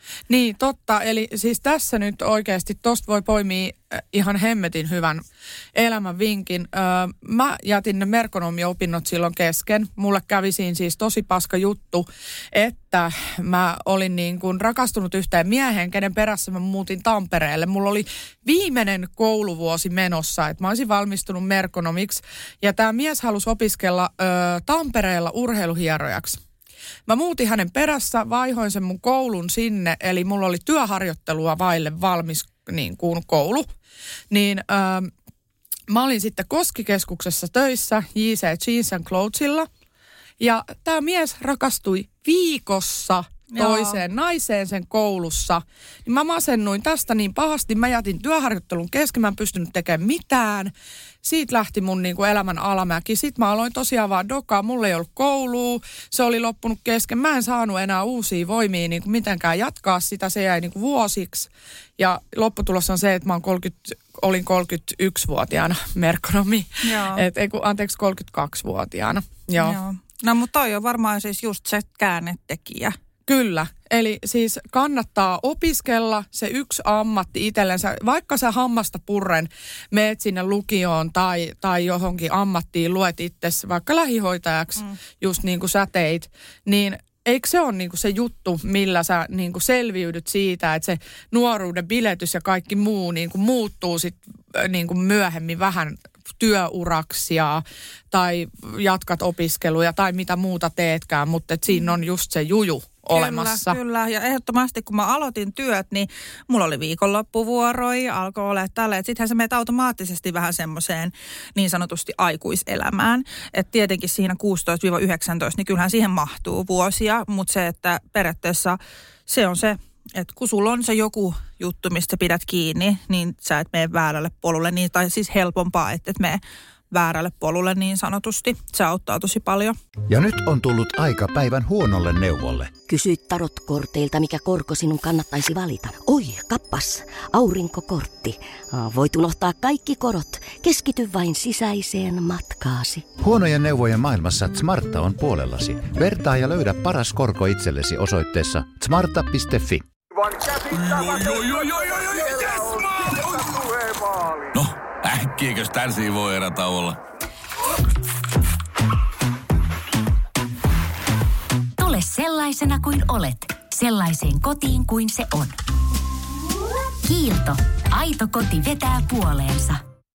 Niin, totta. Eli siis tässä nyt oikeasti tosta voi poimia ihan hemmetin hyvän elämän vinkin. Öö, mä jätin ne merkonomio-opinnot silloin kesken. Mulle kävi siinä siis tosi paska juttu, että mä olin niin kuin rakastunut yhteen mieheen, kenen perässä mä muutin Tampereelle. Mulla oli viimeinen kouluvuosi menossa, että mä olisin valmistunut merkonomiksi. Ja tämä mies halusi opiskella öö, Tampereella urheiluhierojaksi. Mä muutin hänen perässä, vaihoin sen mun koulun sinne, eli mulla oli työharjoittelua vaille valmis niin kuin koulu. Niin ähm, mä olin sitten Koskikeskuksessa töissä J C Jeans and Clothesilla. Ja tämä mies rakastui viikossa toiseen Joo. naiseen sen koulussa. Niin mä masennuin tästä niin pahasti, mä jätin työharjoittelun kesken, mä en pystynyt tekemään mitään. Siitä lähti mun niinku elämän alamäki. Sitten mä aloin tosiaan vaan dokaa. Mulla ei ollut koulua. Se oli loppunut kesken. Mä en saanut enää uusia voimia niinku mitenkään jatkaa sitä. Se jäi niinku vuosiksi. Ja lopputulos on se, että mä oon kolmekymmentä, olin kolmekymmentäyksivuotiaana merkonomi. Et, ei, anteeksi, kolmekymmentäkaksivuotiaana. Joo. Joo. No mutta toi on varmaan siis just se käännetekijä. Kyllä. Eli siis kannattaa opiskella se yksi ammatti itsellensä. Vaikka sä hammasta purren meet sinne lukioon tai, tai johonkin ammattiin, luet itsesi vaikka lähihoitajaksi, mm. just niin kuin sä teit, niin eikö se ole niin kuin se juttu, millä sä niin kuin selviydyt siitä, että se nuoruuden biletys ja kaikki muu niin kuin muuttuu sit niin kuin myöhemmin vähän työuraksi ja, tai jatkat opiskeluja tai mitä muuta teetkään, mutta et siinä on just se juju olemassa. Kyllä, kyllä. Ja ehdottomasti kun mä aloitin työt, niin mulla oli viikonloppuvuoroja, alkoi olla tällä. Sittenhän sä menet automaattisesti vähän semmoiseen niin sanotusti aikuiselämään. Että tietenkin siinä kuusitoista yhdeksäntoista, niin kyllähän siihen mahtuu vuosia, mutta se, että periaatteessa se on se, että kun sulla on se joku juttu, mistä pidät kiinni, niin sä et mene väärälle polulle, niin, tai siis helpompaa, että et mene väärälle polulle niin sanotusti. Se auttaa tosi paljon. Ja nyt on tullut aika päivän huonolle neuvolle. Kysy tarotkorteilta, mikä korko sinun kannattaisi valita. Oi, kappas, aurinkokortti. Voit unohtaa kaikki korot. Keskity vain sisäiseen matkaasi. Huonojen neuvojen maailmassa Smarta on puolellasi. Vertaa ja löydä paras korko itsellesi osoitteessa smarta piste fi. No, äkkiäkös tän voi erätä olla? Tule sellaisena kuin olet, sellaiseen kotiin kuin se on. Kiilto. Aito koti vetää puoleensa.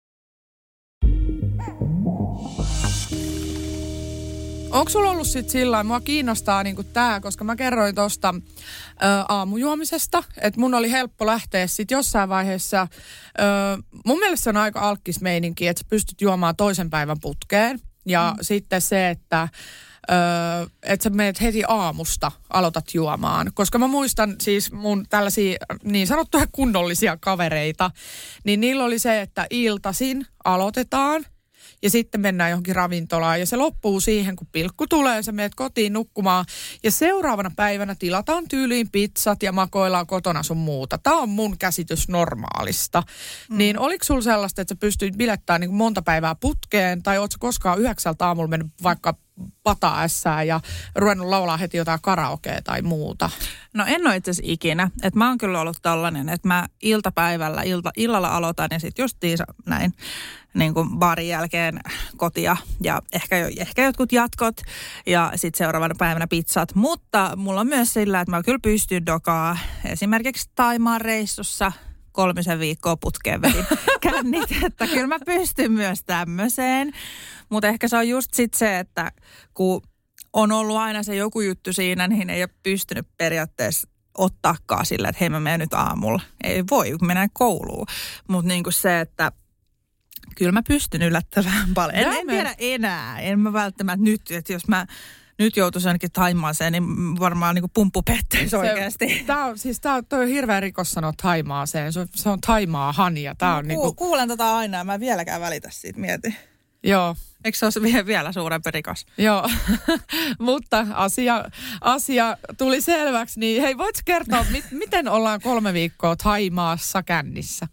Onko sulla ollut sitten sillä lailla, mua kiinnostaa niinku tää, koska mä kerroin tosta ö, aamujuomisesta, että mun oli helppo lähteä sitten jossain vaiheessa. Ö, mun mielestä se on aika alkkis meininki, että sä pystyt juomaan toisen päivän putkeen. Ja mm. sitten se, että Öö, että sä menet heti aamusta, aloitat juomaan. Koska mä muistan siis mun tällaisia niin sanottuja kunnollisia kavereita, niin niillä oli se, että iltaisin aloitetaan ja sitten mennään johonkin ravintolaan ja se loppuu siihen, kun pilkku tulee, sä menet kotiin nukkumaan ja seuraavana päivänä tilataan tyyliin pizzat ja makoillaan kotona sun muuta. Tää on mun käsitys normaalista. Mm. Niin oliko sulla sellaista, että sä pystyit bilettämään niin monta päivää putkeen tai ootko koskaan yhdeksältä aamulla mennyt vaikka pataa ässää ja ruvennut laulaa heti jotain karaokea tai muuta? No en ole itse asiassa ikinä. Että mä oon kyllä ollut tällainen, että mä iltapäivällä, ilta, illalla aloitan ja sitten justiinsa näin niin kuin barin jälkeen kotia ja ehkä, ehkä jotkut jatkot ja sitten seuraavana päivänä pizzat. Mutta mulla on myös sillä, että mä kyllä pystyn dokaa esimerkiksi Thaimaan reissussa kolmisen viikkoa putkeen vedin kännit, että kyllä mä pystyn myös tämmöiseen. Mutta ehkä se on just sit se, että kun on ollut aina se joku juttu siinä, niin ei ole pystynyt periaatteessa ottaakaan sillä, että hei mä menen nyt aamulla. Ei voi, kun mennään kouluun. Mutta niin kuin se, että kyllä mä pystyn yllättävän paljon. En, en tiedä enää. En mä välttämättä nyt, että jos mä nyt joutuisi ainakin Thaimaaseen, niin varmaan niin kuin pumppu pettäisi oikeasti. Tämä on, siis tää on, toi on hirveä rikos sanoa Thaimaaseen. Se on, se on Thaimaahan ja tää on ku, niinku... Kuulen tota aina ja mä en vieläkään välitä siitä, mieti. Joo. Eikö se ole vielä suurempi rikos? Joo, mutta asia, asia tuli selväksi. Niin hei, voitko kertoa, mit, miten ollaan kolme viikkoa Thaimaassa kännissä?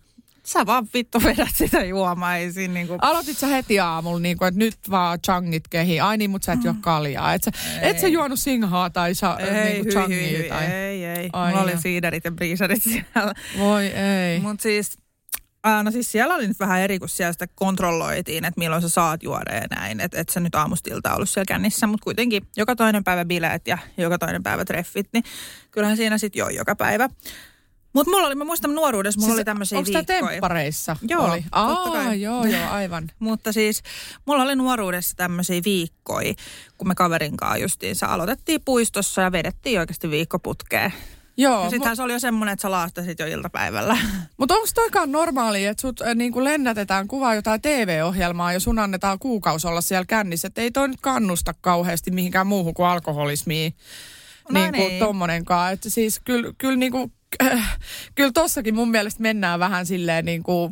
sä vaan vittu vedät sitä juomaa. Ei siinä niinku... Aloitit sä heti aamulla, niinku, että nyt vaan changit kehi. Ai niin, mutta sä et juo kaljaa. Et sä, et sä juonut singhaa tai sa, ei, niinku hyi, changia? hyi, Tai... Ei, ei. Ai Mulla ja. oli siiderit ja briisarit siellä. Voi ei. Mut siis... No siis siellä oli nyt vähän eri, kun siellä sitä kontrolloitiin, että milloin sä saat juoda ja näin. Että et sä nyt aamustilta ollut siellä kännissä, mutta kuitenkin joka toinen päivä bileet ja joka toinen päivä treffit, niin kyllähän siinä sitten joi joka päivä. Mutta mulla oli, mä muistan nuoruudessa, mulla siis oli tämmöisiä viikkoja. Onko tämä temppareissa? Joo, oli. Aa, joo, joo, aivan. Mutta siis mulla oli nuoruudessa tämmöisiä viikkoja, kun me kaverin kanssa justiinsa aloitettiin puistossa ja vedettiin oikeasti viikkoputkeen. Joo. Ja sittenhän mu- se oli jo semmoinen, että sä laastasit jo iltapäivällä. Mutta onko toikaan normaalia, että sut äh, niinku lennätetään kuvaa jotain T V-ohjelmaa ja sun annetaan kuukausi olla siellä kännissä? Että ei toi nyt kannusta kauheasti mihinkään muuhun kuin alkoholismiin. No niin kuin niin. tommonenkaan. Että siis kyllä, kyllä, niinku, äh, kyllä tossakin mun mielestä mennään vähän silleen niinku...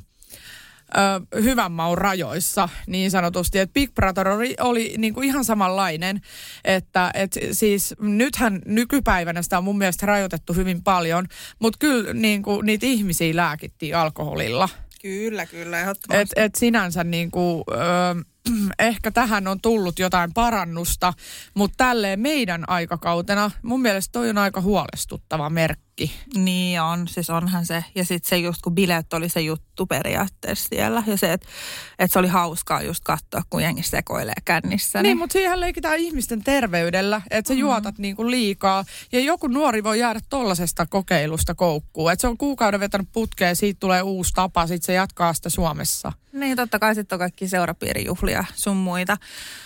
Ö, hyvän maun rajoissa niin sanotusti, että Big Brother oli, oli niin kuin ihan samanlainen, että et siis nythän nykypäivänä sitä on mun mielestä rajoitettu hyvin paljon, mutta kyllä niin kuin, niitä ihmisiä lääkittiin alkoholilla. Kyllä, kyllä, ehdottomasti. Et, et sinänsä niin kuin, ö, ehkä tähän on tullut jotain parannusta, mutta tälleen meidän aikakautena mun mielestä toi on aika huolestuttava merkki. Niin on, siis onhan se. Ja sitten se just kun bileet oli se juttu periaatteessa siellä. Ja se, että et se oli hauskaa just katsoa, kun jengi sekoilee kännissä. Niin, Niin, mutta siihen leikitään ihmisten terveydellä, että sä mm. juotat niinku liikaa. Ja joku nuori voi jäädä tollasesta kokeilusta koukkuun. Että se on kuukauden vetänyt putkeen, siitä tulee uusi tapa, sitten se jatkaa sitä Suomessa. niin totta kai sitten on kaikki seurapiirijuhlia sun muita.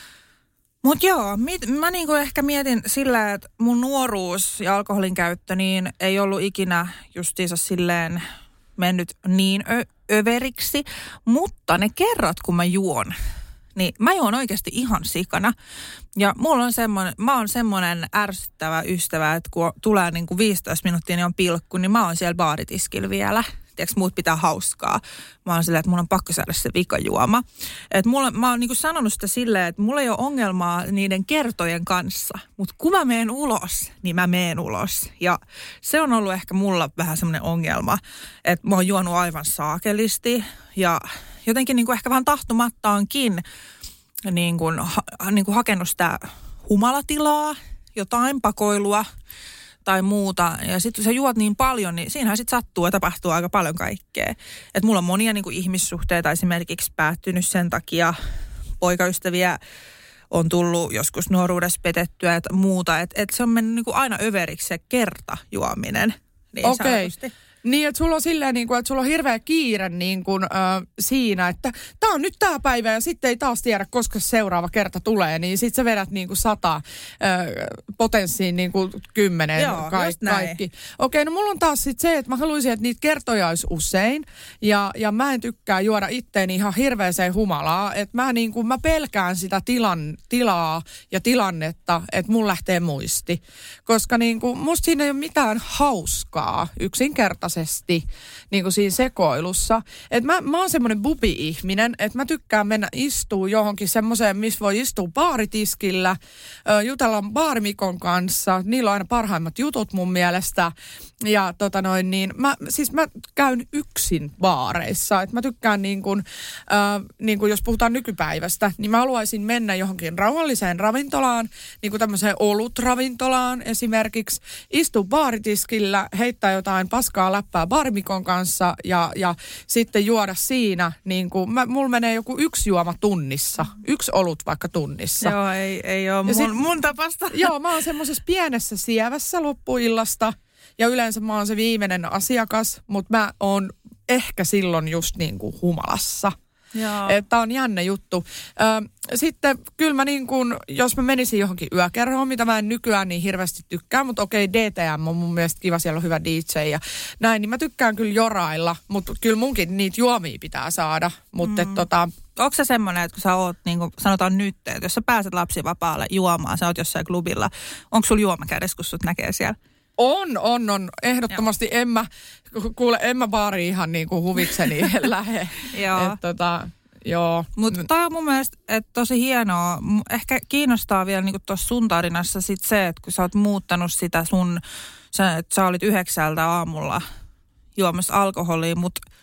Mutta joo, mit, mä niinku ehkä mietin sillä, että mun nuoruus ja alkoholin käyttö niin ei ollut ikinä justiinsa silleen mennyt niin ö- överiksi. Mutta ne kerrat, kun mä juon, niin mä juon oikeasti ihan sikana. Ja mulla on semmoinen, mä oon semmoinen ärsyttävä ystävä, että kun tulee niinku viisitoista minuuttia, niin on pilkku, niin mä oon siellä baaritiskillä vielä. Tiedätkö, muut pitää hauskaa. Mä oon silleen, että mun on pakko saada se vikajuoma. Että mulla, mä oon niinku sanonut sitä silleen, että mulla ei ole ongelmaa niiden kertojen kanssa. Mutta kun mä meen ulos, niin mä meen ulos. Ja se on ollut ehkä mulla vähän semmoinen ongelma, että mä oon juonut aivan saakelisti. Ja jotenkin niinku ehkä vähän tahtomattaankin niin kuin, ha, niin kuin hakenut sitä humalatilaa, jotain pakoilua tai muuta. Ja sitten kun sä juot niin paljon, niin siinähän sitten sattuu ja tapahtuu aika paljon kaikkea. Että mulla on monia niin kuin ihmissuhteita esimerkiksi päättynyt sen takia. Poikaystäviä on tullut joskus nuoruudessa petettyä ja muuta. Että et se on mennyt niin kuin aina överiksi se kertajuominen. Niin Okei. Okay. Niin, että sulla on silleen, niin kuin, että sulla on hirveä kiire niin kuin, äh, siinä, että tämä on nyt tämä päivä ja sitten ei taas tiedä, koska seuraava kerta tulee. Niin sitten sä vedät niin kuin sata äh, potenssiin niin kuin kymmenen Joo, ka- just näin. kaikki. Okei, no mulla on taas sitten se, että mä haluaisin, että niitä kertoja olisi usein. Ja, ja mä en tykkää juoda itteeni ihan hirveäseen humalaa. Että mä, niin kuin, mä pelkään sitä tilan, tilaa ja tilannetta, että mun lähtee muisti. Koska niin kuin, musta siinä ei ole mitään hauskaa yksinkertaisesti. Niin kuin siinä sekoilussa. Että mä, mä oon semmoinen bubi-ihminen, että mä tykkään mennä istuu johonkin semmoiseen, missä voi istua baaritiskillä, ö, jutella baarimikon kanssa. Niillä on aina parhaimmat jutut mun mielestä. Ja tota noin niin, mä, siis mä käyn yksin baareissa. Että mä tykkään niin kuin, ö, niin kuin jos puhutaan nykypäivästä, niin mä haluaisin mennä johonkin rauhalliseen ravintolaan, niin kuin tämmöiseen olutravintolaan esimerkiksi. Istua baaritiskillä, heittää jotain paskaa läppää baarimikon kanssa ja, ja sitten juoda siinä, niin kuin, mä, mulla menee joku yksi juoma tunnissa, yksi olut vaikka tunnissa. Joo, ei, ei ole mun, sit, mun tapasta. Joo, mä oon semmoisessa pienessä sievässä loppuillasta ja yleensä mä oon se viimeinen asiakas, mutta mä oon ehkä silloin just niin kuin humalassa. Että on jännä juttu. Ö, sitten kyllä mä niin kuin, jos mä menisin johonkin yökerhoon, mitä mä en nykyään niin hirveästi tykkää, mutta okei, D T M on mun mielestä kiva, siellä on hyvä D J ja näin, niin mä tykkään kyllä jorailla, mutta kyllä munkin niitä juomia pitää saada. Mutta mm. tota... Onko se semmoinen, että kun sä oot, niin kuin sanotaan nyt, että jos sä pääset lapsivapaalle juomaan, sä oot jossain klubilla, onko sulla juoma kädessä, kun sut näkee siellä? On, on, on. Ehdottomasti en mä, kuule, en mä baari ihan niin kuin huvikseni lähe. Joo. Et, tota, joo. Mutta tämä on mun mielestä että tosi hienoa. Ehkä kiinnostaa vielä niin tuossa sun tarinassa sit se, että kun sä oot muuttanut sitä sun, sä, että sä olit yhdeksältä aamulla juomassa alkoholia, mutta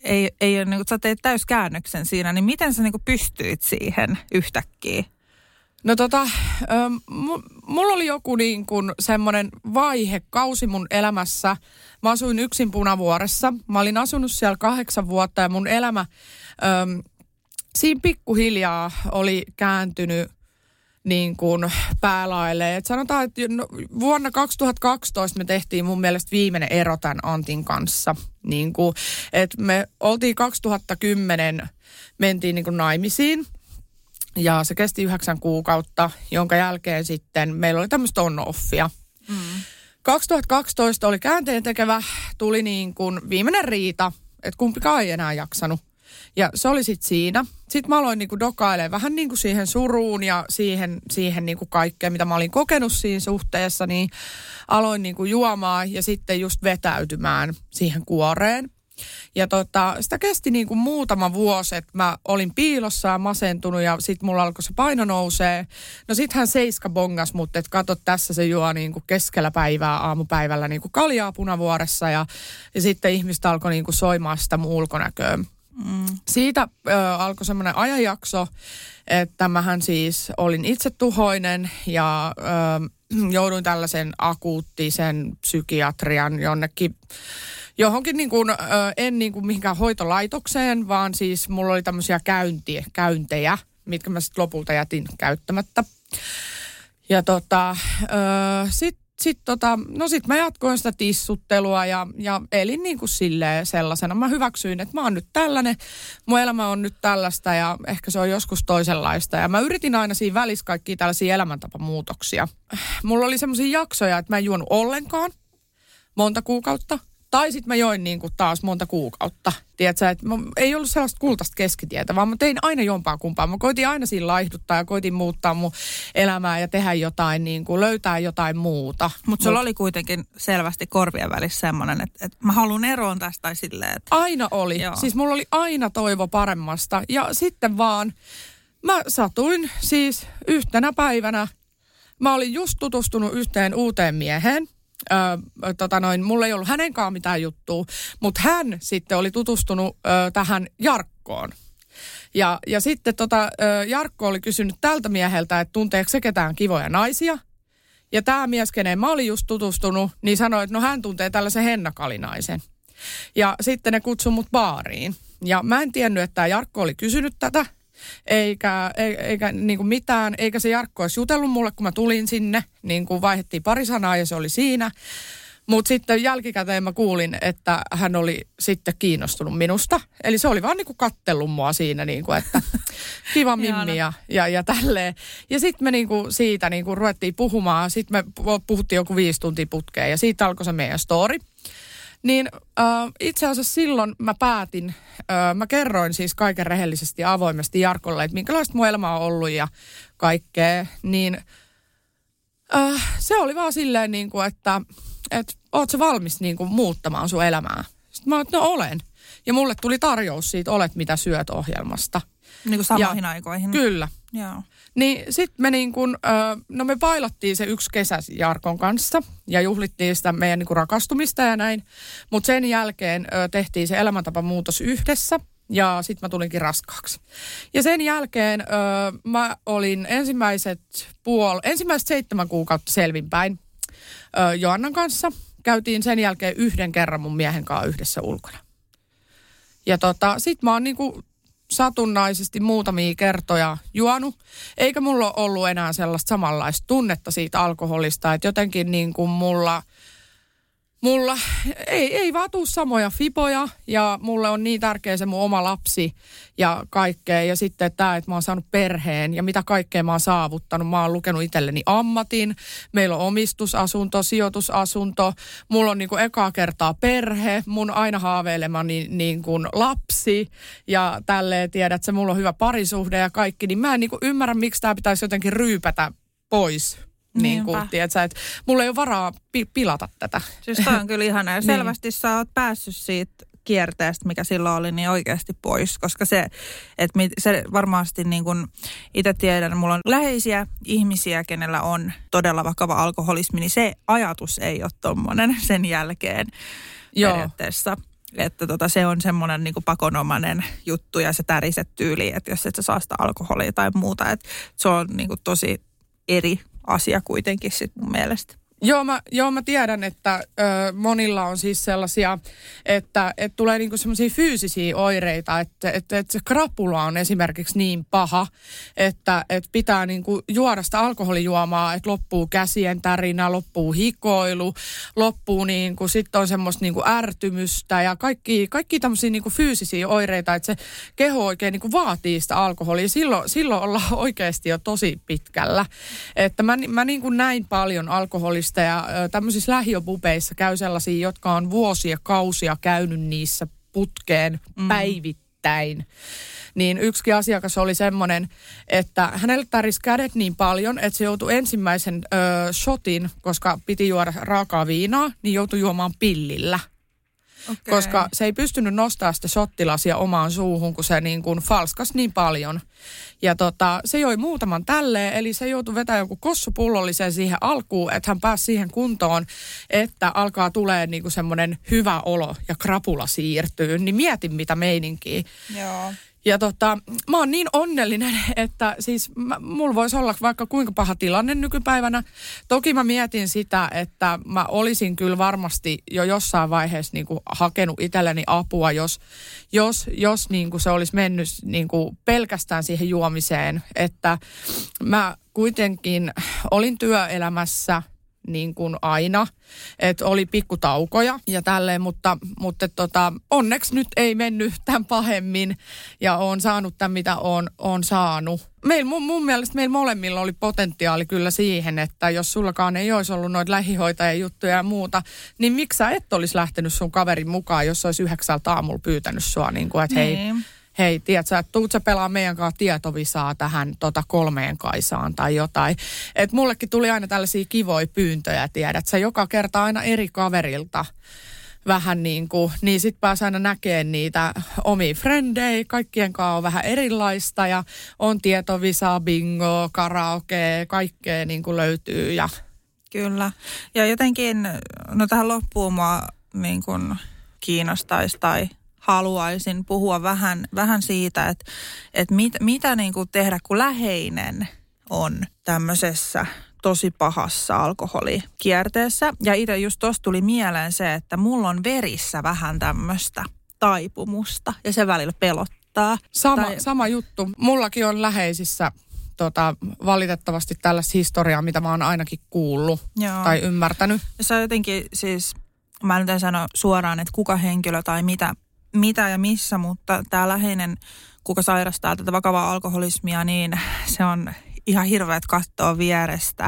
ei, ei ole, niin kuin, sä teet täyskäännöksen siinä, niin miten sä niin kuin pystyit siihen yhtäkkiä? No tota, ähm, mulla oli joku niin kuin semmoinen vaihekausi mun elämässä. Mä asuin yksin Punavuoressa. Mä olin asunut siellä kahdeksan vuotta ja mun elämä ähm, siinä pikkuhiljaa oli kääntynyt niin kuin päälailleen. Et sanotaan, että vuonna kaksituhattakaksitoista me tehtiin mun mielestä viimeinen ero tämän Antin kanssa. Niin kuin, että me oltiin kaksituhattakymmenen, mentiin niin kuin naimisiin. Ja se kesti yhdeksän kuukautta, jonka jälkeen sitten meillä oli tämmöistä on-offia. Mm. kaksituhattakaksitoista oli käänteen tekevä, tuli niin kuin viimeinen riita, että kumpikaan ei enää jaksanut. Ja se oli sitten siinä. Sitten mä aloin niinku dokailemaan vähän niinku siihen suruun ja siihen, siihen niinku kaikkeen, mitä mä olin kokenut siinä suhteessa, niin aloin niinku juomaan ja sitten just vetäytymään siihen kuoreen. Ja tota, sitä kesti niinku muutama vuosi, että mä olin piilossa ja masentunut ja sitten mulla alkoi se paino nousee. No sit hän seiska bongas mut, että kato tässä se juo niinku keskellä päivää aamupäivällä niinku kaljaa Punavuoressa ja, ja sitten ihmistä alkoi niinku soimaan sitä mun ulkonäköä. Mm. Siitä ö, alkoi semmoinen ajanjakso, että mähän siis olin itsetuhoinen ja ö, jouduin tällaisen akuuttisen psykiatrian jonnekin, johonkin niin kuin, ö, en niin kuin mihinkään hoitolaitokseen, vaan siis mulla oli tämmöisiä käyntiä, käyntejä, mitkä mä sitten lopulta jätin käyttämättä. Ja tota, sitten Sitten tota, no sit mä jatkoin sitä tissuttelua ja, ja elin niin kuin silleen sellaisena. Mä hyväksyin, että mä oon nyt tällainen, mun elämä on nyt tällaista ja ehkä se on joskus toisenlaista. Ja mä yritin aina siinä välissä kaikkia tällaisia elämäntapamuutoksia. Mulla oli semmoisia jaksoja, että mä en juonut ollenkaan monta kuukautta. Tai sitten mä join niin kuin taas monta kuukautta. Tiedätkö, että mä, ei ollut sellaista kultaista keskitietä, vaan mä tein aina jompaa kumpaa. Mä koitin aina siinä laihduttaa ja koitin muuttaa mun elämää ja tehdä jotain, niin kuin löytää jotain muuta. Mutta sulla Mut, oli kuitenkin selvästi korvien välissä semmoinen, että, että mä haluan eroon tästä tai silleen. Että... Aina oli. Joo. Siis mulla oli aina toivo paremmasta. Ja sitten vaan mä satuin siis yhtenä päivänä. Mä olin just tutustunut yhteen uuteen mieheen. Ö, tota noin, mulla ei ollut hänenkaan mitään juttua, mutta hän sitten oli tutustunut ö, tähän Jarkkoon. Ja, ja sitten tota, ö, Jarkko oli kysynyt tältä mieheltä, että tunteeko se ketään kivoja naisia. Ja tämä mies, keneen mä olin just tutustunut, niin sanoi, että no hän tuntee tällaisen hennakalinaisen. Ja sitten ne kutsui mut baariin. Ja mä en tiennyt, että tämä Jarkko oli kysynyt tätä. Eikä, eikä niin kuin mitään, eikä se Jarkko olisi jutellut mulle, kun mä tulin sinne. Niin kuin vaihdettiin pari sanaa ja se oli siinä. Mutta sitten jälkikäteen mä kuulin, että hän oli sitten kiinnostunut minusta. Eli se oli vaan niin kuin kattellut mua siinä, niin kuin, että kiva mimmi ja, ja, ja tälleen. Ja sitten me niin kuin siitä niin kuin ruvettiin puhumaan. Sitten me puhuttiin joku viisi tuntia putkeen ja siitä alkoi se meidän story. Niin äh, itse asiassa silloin mä päätin, äh, mä kerroin siis kaiken rehellisesti ja avoimesti Jarkolle, että minkälaista mun elämä on ollut ja kaikkea. Niin äh, se oli vaan silleen niin kuin, että et, oot sä valmis niin kuin muuttamaan sun elämää? Sitten mä oon, että no olen. Ja mulle tuli tarjous siitä Olet mitä syöt -ohjelmasta. Niin kuin samoihin ja, aikoihin. Kyllä. Joo. Siis toi on kyllä ihana. Ja selvästi niin. Sä oot päässyt siitä kierteestä, mikä silloin oli, niin oikeasti pois. Koska se, että se varmasti niin kuin itse tiedän, mulla on läheisiä ihmisiä, kenellä on todella vakava alkoholismi, niin se ajatus ei ole tommonen sen jälkeen Joo. periaatteessa. Että tota, se on semmoinen niin kuin pakonomainen juttu ja se täriset tyyli, että jos et sä saa sitä alkoholia tai muuta. Että se on niin kuin tosi eri asia kuitenkin sit mun mielestä. Joo mä, joo, mä tiedän, että ö, monilla on siis sellaisia, että et tulee niinku semmoisia fyysisiä oireita, että et, et se krapula on esimerkiksi niin paha, että et pitää niinku juoda sitä alkoholijuomaa, että loppuu käsien tärinä, loppuu hikoilu, loppuu niinku, sitten on semmoista niinku ärtymystä ja kaikki, kaikki tämmöisiä niinku fyysisiä oireita, että se keho oikein niinku vaatii sitä alkoholia. Silloin, silloin ollaan oikeasti jo tosi pitkällä. Että mä, mä niinku näin paljon alkoholista ja tämmöisissä lähiöpubeissa käy sellaisia, jotka on vuosia kausia käynyt niissä putkeen mm. päivittäin. Niin yksikin asiakas oli semmoinen, että hänelle tärisi kädet niin paljon, että se joutui ensimmäisen ö, shotin, koska piti juoda raakaa viinaa, niin joutui juomaan pillillä. Okay. Koska se ei pystynyt nostamaan sitä shottilasia omaan suuhun, kun se niin kuin falskas niin paljon. Ja tota, se joi muutaman tälleen, eli se joutui vetämään joku kossupullollisen siihen alkuun, että hän pääsi siihen kuntoon, että alkaa tulee niin kuin semmoinen hyvä olo ja krapula siirtyy. Niin mietin, mitä meininkiä. Joo. Ja tota, mä oon niin onnellinen, että siis mä, mulla voisi olla vaikka kuinka paha tilanne nykypäivänä. Toki mä mietin sitä, että mä olisin kyllä varmasti jo jossain vaiheessa niin kuin hakenut itselleni apua, jos, jos, jos niin kuin se olisi mennyt niin kuin pelkästään siihen juomiseen. Että mä kuitenkin olin työelämässä niin kuin aina, että oli pikkutaukoja ja tälleen, mutta, mutta tota, onneksi nyt ei mennyt tämän pahemmin ja olen saanut tämän, mitä olen, olen saanut. Meil, mun, mun mielestä meillä molemmilla oli potentiaali kyllä siihen, että jos sullakaan ei olisi ollut noita lähihoitajien juttuja ja muuta, niin miksi sä et olisi lähtenyt sun kaverin mukaan, jos olisi yhdeksältä aamulla pyytänyt sua, niin kuin, että hei, niin. hei, tiedät sä, että tuut sä pelaa meidän kanssa tietovisaa tähän tota kolmeen kaisaan tai jotain. Että mullekin tuli aina tällaisia kivoja pyyntöjä, tiedät sä, joka kerta aina eri kaverilta vähän niin kuin, niin sit pääsi aina näkemään niitä omia frendejä, kaikkien kanssa on vähän erilaista ja on tietovisaa, bingo, karaoke, kaikkea niin kuin löytyy ja... Kyllä. Ja jotenkin, no tähän loppuun mua niin kuin kiinnostaisi tai haluaisin puhua vähän, vähän siitä, että, että mit, mitä niin kuin tehdä, kun läheinen on tämmöisessä tosi pahassa alkoholikierteessä. Ja itse just tosta tuli mieleen se, että mulla on verissä vähän tämmöistä taipumusta ja se välillä pelottaa. Sama, tai... sama juttu. Mullakin on läheisissä tota, valitettavasti tällaista historiaa, mitä mä oon ainakin kuullut Joo. tai ymmärtänyt. Ja se on jotenkin siis, mä nyt en sano suoraan, että kuka henkilö tai mitä, mitä ja missä, mutta tämä läheinen, kuka sairastaa tätä vakavaa alkoholismia, niin se on ihan hirveät katsoa vierestä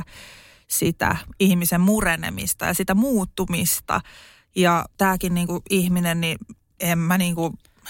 sitä ihmisen murenemista ja sitä muuttumista. Ja tämäkin niinku ihminen, niin en mä niinku,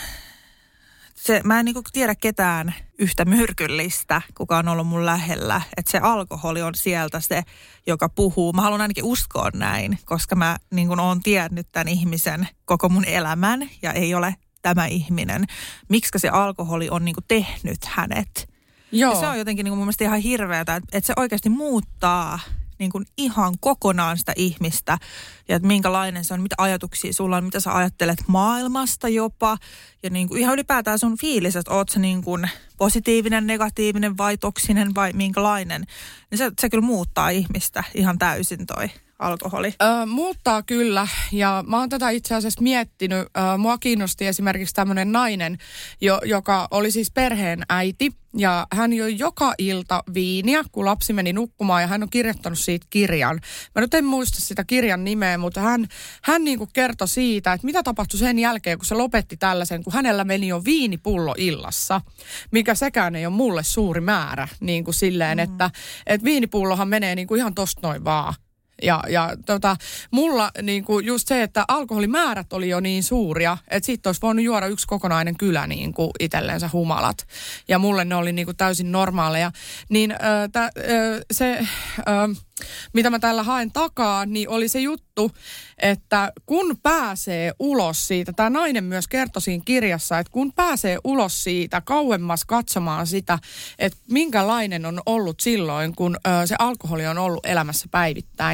se, mä en niinku tiedä ketään yhtä myrkyllistä, kuka on ollut mun lähellä. Että se alkoholi on sieltä se, joka puhuu. Mä haluan ainakin uskoa näin, koska mä niinku oon tiennyt tämän ihmisen koko mun elämän ja ei ole tämä ihminen. Miksikä se alkoholi on niinku tehnyt hänet. Joo. Ja se on jotenkin niin kuin mun mielestä ihan hirveätä, että, että se oikeasti muuttaa niin kuin ihan kokonaan sitä ihmistä. Ja että minkälainen se on, mitä ajatuksia sulla on, mitä sä ajattelet maailmasta jopa. Ja niin kuin ihan ylipäätään sun fiilis, että oot sä niin kuin positiivinen, negatiivinen vai toksinen vai minkälainen. Niin se, se kyllä muuttaa ihmistä ihan täysin toi alkoholi. Ö, muuttaa kyllä, ja mä oon tätä itse asiassa miettinyt. Ö, mua kiinnosti esimerkiksi tämmöinen nainen, jo, joka oli siis perheen äiti, ja hän joi joka ilta viiniä, kun lapsi meni nukkumaan, ja hän on kirjoittanut siitä kirjan. Mä nyt en muista sitä kirjan nimeä, mutta hän, hän niin kuin kertoi siitä, että mitä tapahtui sen jälkeen, kun se lopetti tällaisen, kun hänellä meni jo viinipullo illassa, mikä sekään ei ole mulle suuri määrä, niin kuin silleen, mm. että, että viinipullohan menee niin kuin ihan tosta noin vaan. Ja, ja tota, mulla niinku just se, että alkoholimäärät oli jo niin suuria, että siitä olisi voinut juoda yksi kokonainen kylä niinku itsellensä humalat. Ja mulle ne oli niinku täysin normaaleja. Niin ö, tä, ö, se, ö, mitä mä täällä haen takaa, niin oli se juttu, että kun pääsee ulos siitä, tämä nainen myös kertoi siinä kirjassa, että kun pääsee ulos siitä kauemmas katsomaan sitä, että minkälainen on ollut silloin, kun ö, se alkoholi on ollut elämässä päivittäin,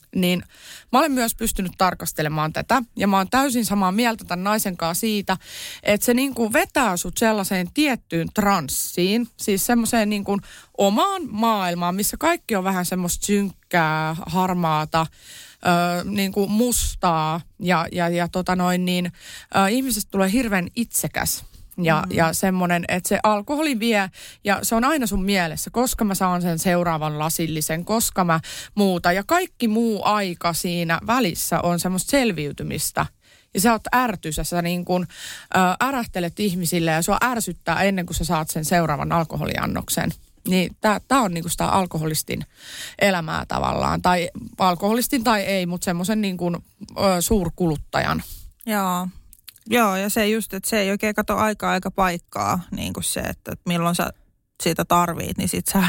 niin mä olen myös pystynyt tarkastelemaan tätä. Ja mä oon täysin samaa mieltä tämän naisen kanssa siitä, että se niin kuin vetää sut sellaiseen tiettyyn transsiin. Siis semmoiseen niin kuin omaan maailmaan, missä kaikki on vähän semmoista synkkää, harmaata, ö, niin kuin mustaa. Ja, ja, ja tota noin niin, ö, ihmisestä tulee hirveän itsekäs. Ja, mm. ja semmoinen, että se alkoholi vie, ja se on aina sun mielessä, koska mä saan sen seuraavan lasillisen, koska mä muuta. Ja kaikki muu aika siinä välissä on semmoista selviytymistä. Ja sä oot ärtysä, sä niin kuin ä, ärähtelet ihmisille ja sua ärsyttää ennen kuin sä saat sen seuraavan alkoholiannoksen. Niin tää, tää on niinku sitä alkoholistin elämää tavallaan. Tai alkoholistin tai ei, mutta semmoisen niin kuin ä, suurkuluttajan. Joo. Joo, ja se just, että se ei oikein kato aikaa eikä paikkaa, niin kuin se, että milloin sä siitä tarvit, niin sit sä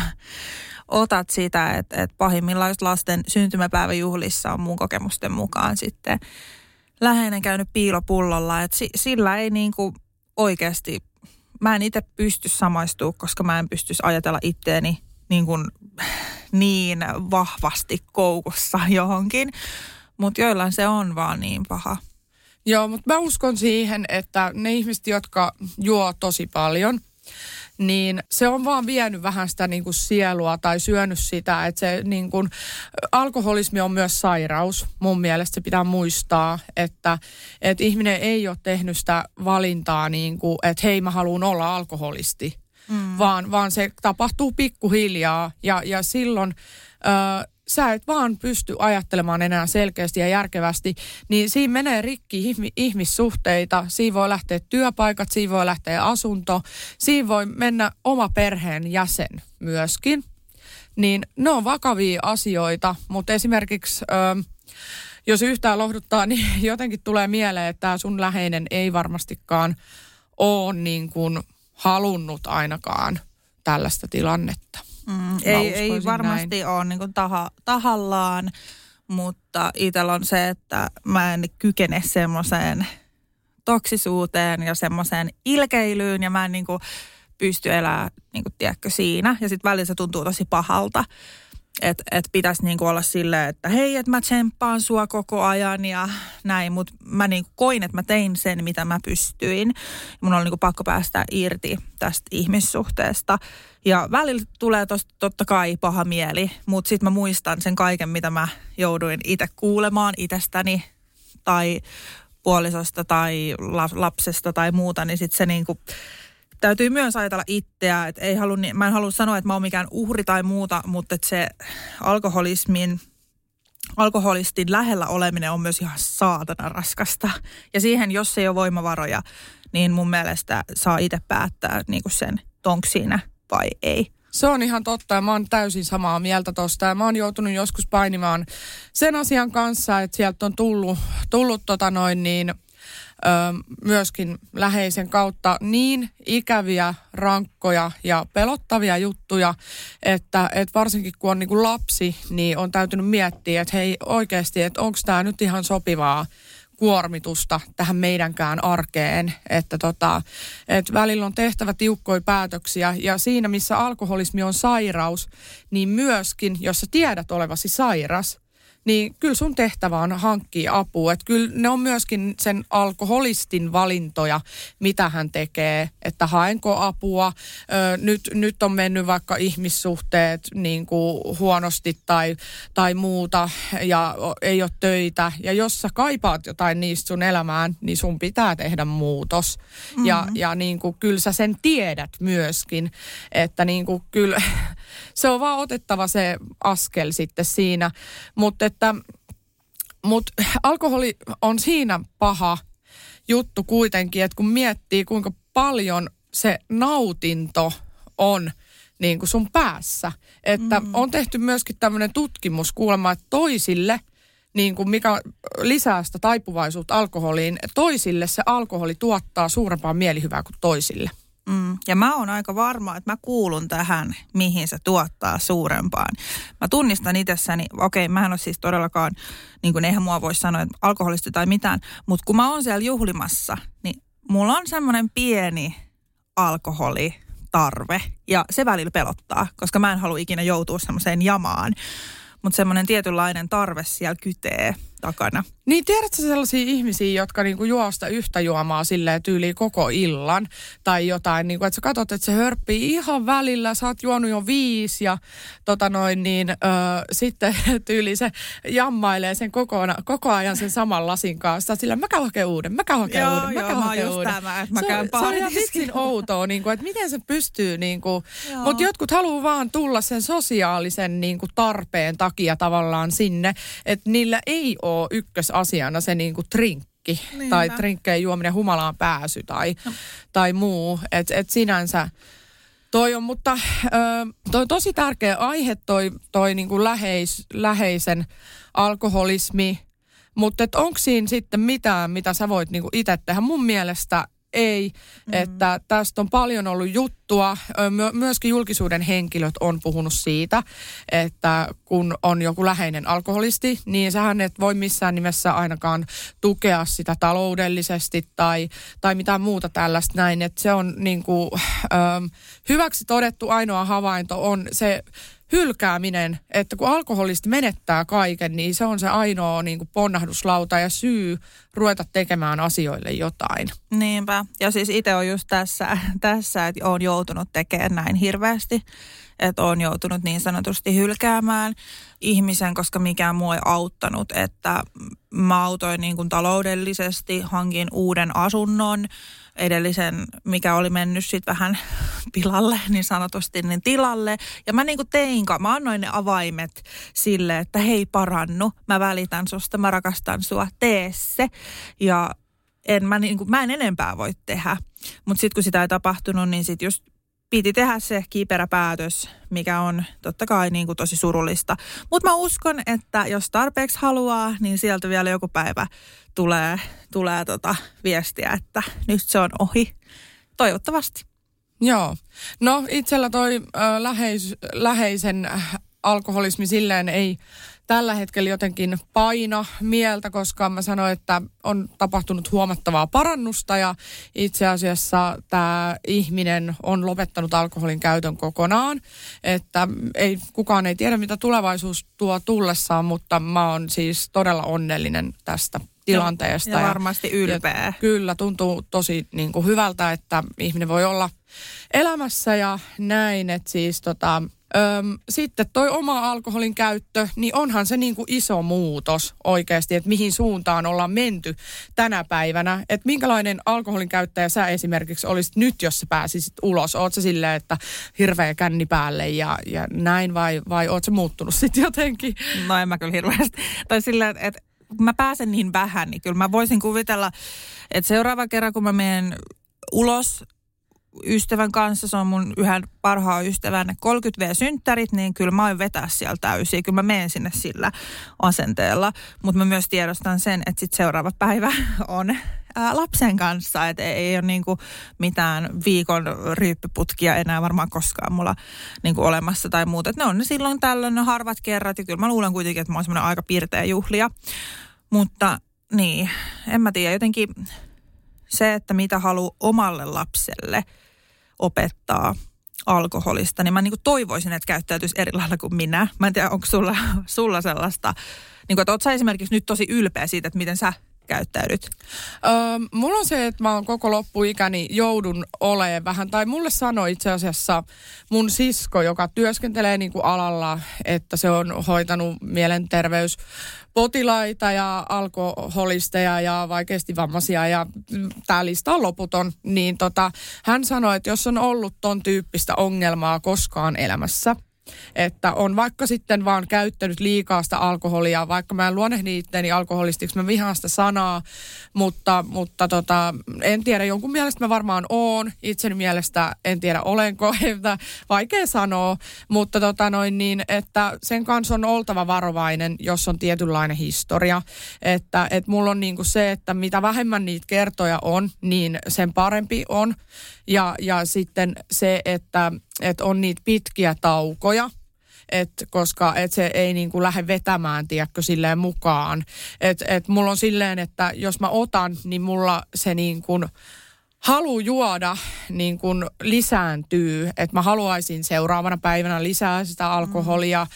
otat sitä, että, että pahimmillaan just lasten syntymäpäiväjuhlissa on mun kokemusten mukaan sitten läheinen käynyt piilopullolla, että sillä ei niin kuin oikeasti, mä en itse pysty samaistumaan, koska mä en pystyisi ajatella itteeni niin kuin niin vahvasti koukussa johonkin, mutta joillain se on vaan niin paha. Joo, mutta mä uskon siihen, että ne ihmiset, jotka juo tosi paljon, niin se on vaan vienyt vähän sitä niin kuin sielua tai syönyt sitä, että se niin kuin, alkoholismi on myös sairaus. Mun mielestä se pitää muistaa, että, että ihminen ei ole tehnyt sitä valintaa niin kuin, että hei mä haluan olla alkoholisti, mm. vaan, vaan se tapahtuu pikkuhiljaa ja, ja silloin Öö, sä et vaan pysty ajattelemaan enää selkeästi ja järkevästi, niin siinä menee rikki ihmissuhteita, siinä voi lähteä työpaikat, siinä voi lähteä asunto, siinä voi mennä oma perheen jäsen myöskin. Niin ne on vakavia asioita, mutta esimerkiksi ö, jos yhtään lohduttaa, niin jotenkin tulee mieleen, että tämä sun läheinen ei varmastikaan ole niin kuin halunnut ainakaan tällaista tilannetta. Mm, ei, ei varmasti näin ole niin kuin taha, tahallaan, mutta itsellä on se, että mä en kykene semmoiseen toksisuuteen ja semmoiseen ilkeilyyn ja mä en niin kuin pysty elämään, niin kuin, tiedätkö, siinä. Ja sitten välillä se tuntuu tosi pahalta, että et pitäisi niin kuin olla silleen, että hei, että mä tsemppaan sua koko ajan ja näin. Mutta mä niin kuin koin, että mä tein sen, mitä mä pystyin. Mun oli niin kuin pakko päästä irti tästä ihmissuhteesta. Ja välillä tulee tosta, totta kai paha mieli, mutta sitten mä muistan sen kaiken, mitä mä jouduin itse kuulemaan itsestäni tai puolisosta tai lapsesta tai muuta, niin sitten se niinku täytyy myös ajatella itseä, että ei halua, mä en halua sanoa, että mä oon mikään uhri tai muuta, mutta että se alkoholismin, alkoholistin lähellä oleminen on myös ihan saatana raskasta. Ja siihen, jos ei ole voimavaroja, niin mun mielestä saa itse päättää niinku sen, onko siinä vai ei. Se on ihan totta ja mä oon täysin samaa mieltä tosta ja mä oon joutunut joskus painimaan sen asian kanssa, että sieltä on tullut, tullut tota noin niin, ö, myöskin läheisen kautta niin ikäviä, rankkoja ja pelottavia juttuja, että, että varsinkin kun on niin kuin lapsi, niin on täytynyt miettiä, että hei oikeasti, että onko tämä nyt ihan sopivaa kuormitusta tähän meidänkään arkeen, että tota, et välillä on tehtävä tiukkoja päätöksiä ja siinä, missä alkoholismi on sairaus, niin myöskin, jos sä tiedät olevasi sairas, niin kyllä sun tehtävä on hankkia apua. Että kyllä ne on myöskin sen alkoholistin valintoja, mitä hän tekee, että haenko apua. Ö, nyt, nyt on mennyt vaikka ihmissuhteet niin kuin huonosti tai, tai muuta ja ei ole töitä. Ja jos sä kaipaat jotain niistä sun elämään, niin sun pitää tehdä muutos. Mm-hmm. Ja, ja niin kuin, kyllä sä sen tiedät myöskin, että niin kuin, kyllä se on vaan otettava se askel sitten siinä. Mutta että Mutta alkoholi on siinä paha juttu kuitenkin, että kun miettii kuinka paljon se nautinto on niin kuin sun päässä. Että mm. on tehty myöskin tämmöinen tutkimus kuulemma, että toisille, niin kuin mikä lisää sitä taipuvaisuutta alkoholiin, toisille se alkoholi tuottaa suurempaa mielihyvää kuin toisille. Mm. Ja mä oon aika varma, että mä kuulun tähän, mihin se tuottaa suurempaan. Mä tunnistan itsessäni, okei, mä en ole siis todellakaan, niin kuin eihän mua voi sanoa, että alkoholisti tai mitään, mutta kun mä oon siellä juhlimassa, niin mulla on semmoinen pieni alkoholitarve ja se välillä pelottaa, koska mä en halua ikinä joutua semmoiseen jamaan. mutta semmoinen tietynlainen tarve siellä kytee takana. Niin tiedätkö sellaisia ihmisiä, jotka niinku juo sitä yhtä juomaa silleen tyyliin koko illan tai jotain, niinku, että sä katsot, että se hörppii ihan välillä, sä oot juonut jo viisi ja tota noin, niin ö, sitten tyyliin se jammailee sen koko, koko ajan sen saman lasin kanssa. Sä oot silleen, mä käyn hakee uuden, mä käyn hakee uuden, mä käyn hakee uuden. Tämä, että mä se, käyn se on ihan vitsin outoa, niinku, että miten se pystyy, niinku, mutta jotkut haluaa vaan tulla sen sosiaalisen niinku, tarpeen takia tavallaan sinne, että niillä ei ole ykkösasiana se niinku trinkki Niinpä. tai trinkkeen juominen, humalaan pääsy tai, no. tai muu. Että et sinänsä toi on, mutta ö, toi on tosi tärkeä aihe toi, toi niinku läheis, läheisen alkoholismi. Mutta onko siinä sitten mitään, mitä sä voit niinku itse tehdä? Mun mielestä ei, mm. että tästä on paljon ollut juttua. My- myöskin julkisuuden henkilöt on puhunut siitä, että kun on joku läheinen alkoholisti, niin sähän et voi missään nimessä ainakaan tukea sitä taloudellisesti tai, tai mitään muuta tällaista näin. Että se on niin kuin, ähm, hyväksi todettu ainoa havainto on se hylkääminen, että kun alkoholisti menettää kaiken, niin se on se ainoa niin kuin ponnahduslauta ja syy ruveta tekemään asioille jotain. Niinpä. Ja siis itse on just tässä, tässä että olen joutunut tekemään näin hirveästi, että olen joutunut niin sanotusti hylkäämään ihmisen, koska mikään muu ei auttanut, että mä autoin niin kuin taloudellisesti, hankin uuden asunnon, edellisen, mikä oli mennyt sitten vähän pilalle, niin sanotusti, niin tilalle. Ja mä niinku tein, mä annoin ne avaimet sille, että hei parannu, mä välitän susta, mä rakastan sua, tee se. Ja en, mä, niinku, mä en enempää voi tehdä. Mutta sitten kun sitä ei tapahtunut, niin sitten just piti tehdä se kiperä päätös, mikä on totta kai niin kuin tosi surullista. Mutta mä uskon, että jos tarpeeksi haluaa, niin sieltä vielä joku päivä tulee, tulee tota viestiä, että nyt se on ohi. Toivottavasti. Joo. No itsellä toi äh, läheis, läheisen alkoholismi silleen ei tällä hetkellä jotenkin paina mieltä, koska mä sanoin, että on tapahtunut huomattavaa parannusta ja itse asiassa tämä ihminen on lopettanut alkoholin käytön kokonaan. Että ei, kukaan ei tiedä, mitä tulevaisuus tuo tullessaan, mutta mä oon siis todella onnellinen tästä tilanteesta. Ja, ja varmasti ylpeä. Ja kyllä, tuntuu tosi niin kuin hyvältä, että ihminen voi olla elämässä ja näin, että siis tota... Öm, sitten toi oma alkoholin käyttö, niin onhan se niin kuin iso muutos oikeasti, että mihin suuntaan ollaan menty tänä päivänä. Että minkälainen alkoholin käyttäjä sä esimerkiksi olisit nyt, jos sä pääsisit ulos? Oot sä silleen, että hirveä känni päälle ja, ja näin vai, vai oot sä muuttunut sitten jotenkin? No en mä kyllä hirveästi. Tai silleen, että mä pääsen niin vähän, niin kyllä mä voisin kuvitella, että seuraava kerran kun mä menen ulos ystävän kanssa, se on mun yhden parhaan ystävän kolmekymmentä vuotias-synttärit, niin kyllä mä oon vetää siellä täysiä. Kyllä mä menen sinne sillä asenteella, mutta mä myös tiedostan sen, että sit seuraava päivä on ää, lapsen kanssa, että ei, ei ole niinku mitään viikon ryyppyputkia enää varmaan koskaan mulla niinku olemassa tai muuta. Et ne on ne silloin tällöin ne harvat kerrat ja kyllä mä luulen kuitenkin, että mä oon semmoinen aika pirteä juhlia. Mutta niin, en mä tiedä, jotenkin se, että mitä haluaa omalle lapselle opettaa alkoholista, niin mä niin kuin toivoisin, että käyttäytyisi eri lailla kuin minä. Mä en tiedä, onko sulla, sulla sellaista, niin kuin, että oot sä esimerkiksi nyt tosi ylpeä siitä, että miten sä käyttäydyt? Öö, mulla on se, että mä oon koko loppuikäni joudun olemaan vähän, tai mulle sanoi itse asiassa mun sisko, joka työskentelee niin kuin alalla, että se on hoitanut mielenterveyspotilaita ja alkoholisteja ja vaikeasti vammaisia ja tää lista on loputon, niin tota, hän sanoi, että jos on ollut ton tyyppistä ongelmaa koskaan elämässä, että on vaikka sitten vaan käyttänyt liikaa sitä alkoholia, vaikka mä en luonnehdi itseäni alkoholistiksi, mä vihaan sitä sanaa, mutta, mutta tota, en tiedä, jonkun mielestä mä varmaan oon, itseni mielestä en tiedä olenko, että vaikea sanoa, mutta tota noin niin, että sen kanssa on oltava varovainen, jos on tietynlainen historia, että, että mulla on niinku se, että mitä vähemmän niitä kertoja on, niin sen parempi on, ja, ja sitten se, että että on niitä pitkiä taukoja, et, koska et se ei niinku lähde vetämään, tiedätkö, silleen mukaan. Että et mulla on silleen, että jos mä otan, niin mulla se niin kuin halu juoda niin kuin lisääntyy. Että mä haluaisin seuraavana päivänä lisää sitä alkoholia.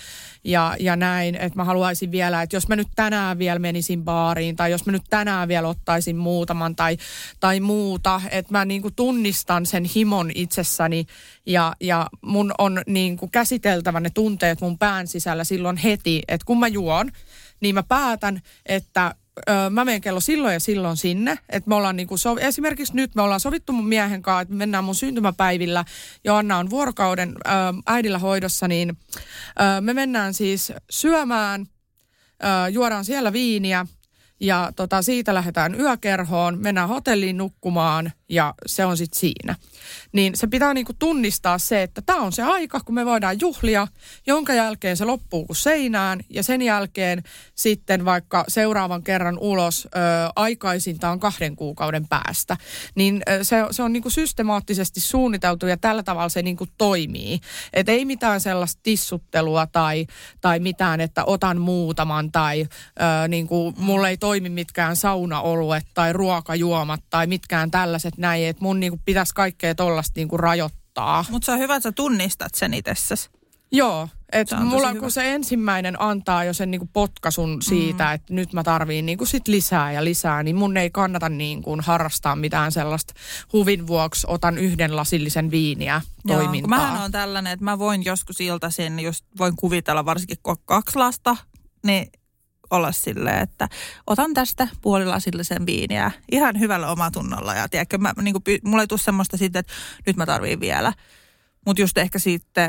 ja, ja näin, että mä haluaisin vielä, että jos mä nyt tänään vielä menisin baariin tai jos mä nyt tänään vielä ottaisin muutaman tai, tai muuta, että mä niin kuin tunnistan sen himon itsessäni ja, ja mun on niin kuin käsiteltävä ne tunteet mun pään sisällä silloin heti, että kun mä juon, niin mä päätän, että Öö, mä menen kello silloin ja silloin sinne, että me ollaan niinku sovi, esimerkiksi nyt me ollaan sovittu mun miehen kanssa, että me mennään mun syntymäpäivillä, Joanna on vuorokauden öö, äidillä hoidossa, niin öö, me mennään siis syömään, öö, juodaan siellä viiniä ja tota, siitä lähdetään yökerhoon, mennään hotelliin nukkumaan ja se on sitten siinä. Niin se pitää niinku tunnistaa se, että tämä on se aika, kun me voidaan juhlia, jonka jälkeen se loppuu kuin seinään ja sen jälkeen sitten vaikka seuraavan kerran ulos ö, aikaisintaan kahden kuukauden päästä. Niin ö, se, se on niinku systemaattisesti suunniteltu ja tällä tavalla se niinku toimii. Et ei mitään sellaista tissuttelua tai, tai mitään, että otan muutaman tai ö, niinku, mulle ei toimi mitkään saunaoluet tai ruokajuomat tai mitkään tällaiset näin, että mun niinku pitäisi kaikkea tollaista niinku rajoittaa. Mutta se on hyvä, että sä tunnistat sen itsessäsi. Joo, että mulla kun hyvä. se ensimmäinen antaa jo sen niinku potkasun siitä, mm. että nyt mä tarviin niinku sit lisää ja lisää, niin mun ei kannata niinku harrastaa mitään sellaista huvin vuoksi, otan yhden lasillisen viiniä toimintaa. Joo, mähän on tällainen, että mä voin joskus iltaisin, just voin kuvitella varsinkin kun on kaksi lasta, niin olla silleen, että otan tästä puolilasillisen viiniä ihan hyvällä omatunnolla. Ja tiedätkö, mä, niin kuin, mulla ei tule semmoista sitten, että nyt mä tarviin vielä. Mutta just ehkä sitten,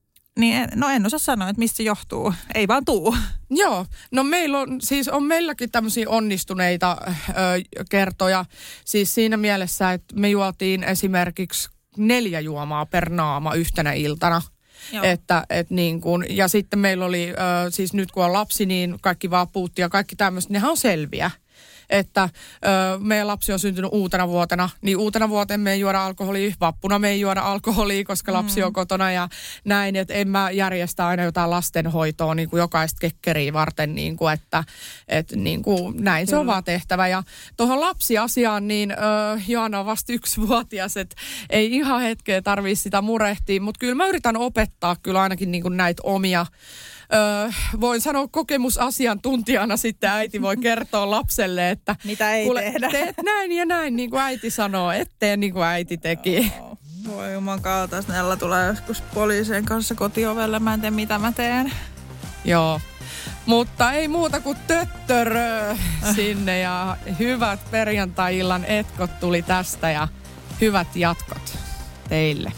niin no en osaa sanoa, että mistä se johtuu. Ei vaan tuu. Joo, no meillä on, siis on meilläkin tämmöisiä onnistuneita ö, kertoja. Siis siinä mielessä, että me juotiin esimerkiksi neljä juomaa per naama yhtenä iltana. Että, et niin kun, ja sitten meillä oli, ö, siis nyt kun on lapsi, niin kaikki vapuutti ja kaikki tämmöistä, nehän on selviä. Että ö, meidän lapsi on syntynyt uutena vuotena, niin uutena vuoteen me ei juoda alkoholia, vappuna me ei juoda alkoholia, koska lapsi on kotona ja näin, että en mä järjestä aina jotain lastenhoitoa niin kuin jokaista kekkeriä varten, niin kuin, että et, niin kuin, näin Kyllä. se on vaan tehtävä. Ja tuohon lapsiasiaan, niin ö, Joanna on vasta yksivuotias, että ei ihan hetkeä tarvitse sitä murehtia, mutta kyllä mä yritän opettaa kyllä ainakin niin kuin näitä omia. Öö, voin sanoa kokemusasiantuntijana sitten äiti voi kertoa lapselle, että mitä ei kuule, tehdä. Teet näin ja näin, niin kuin äiti sanoo, ettei niin kuin äiti teki. Oh, voi juman kautta, Nella tulee joskus poliisien kanssa kotiovelle, mä en tiedä mitä mä teen. Joo, mutta ei muuta kuin töttörö sinne ja hyvät perjantai-illan etkot tuli tästä ja hyvät jatkot teille.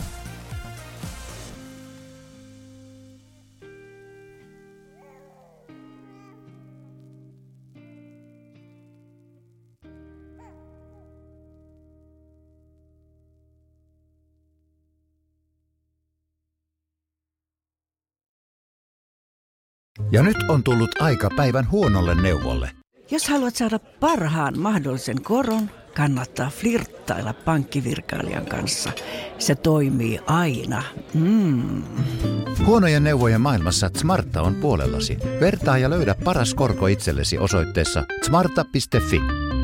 Ja nyt on tullut aika päivän huonolle neuvolle. Jos haluat saada parhaan mahdollisen koron, kannattaa flirttailla pankkivirkailijan kanssa. Se toimii aina. Mm. Huonojen neuvojen maailmassa Smarta on puolellasi. Vertaa ja löydä paras korko itsellesi osoitteessa smarta piste fi.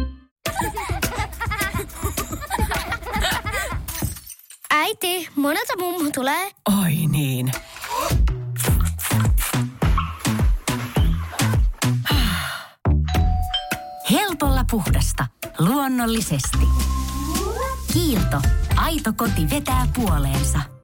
Äiti, monelta mummu tulee? Oi niin. Helpolla puhdasta. Luonnollisesti. Kiilto. Aito koti vetää puoleensa.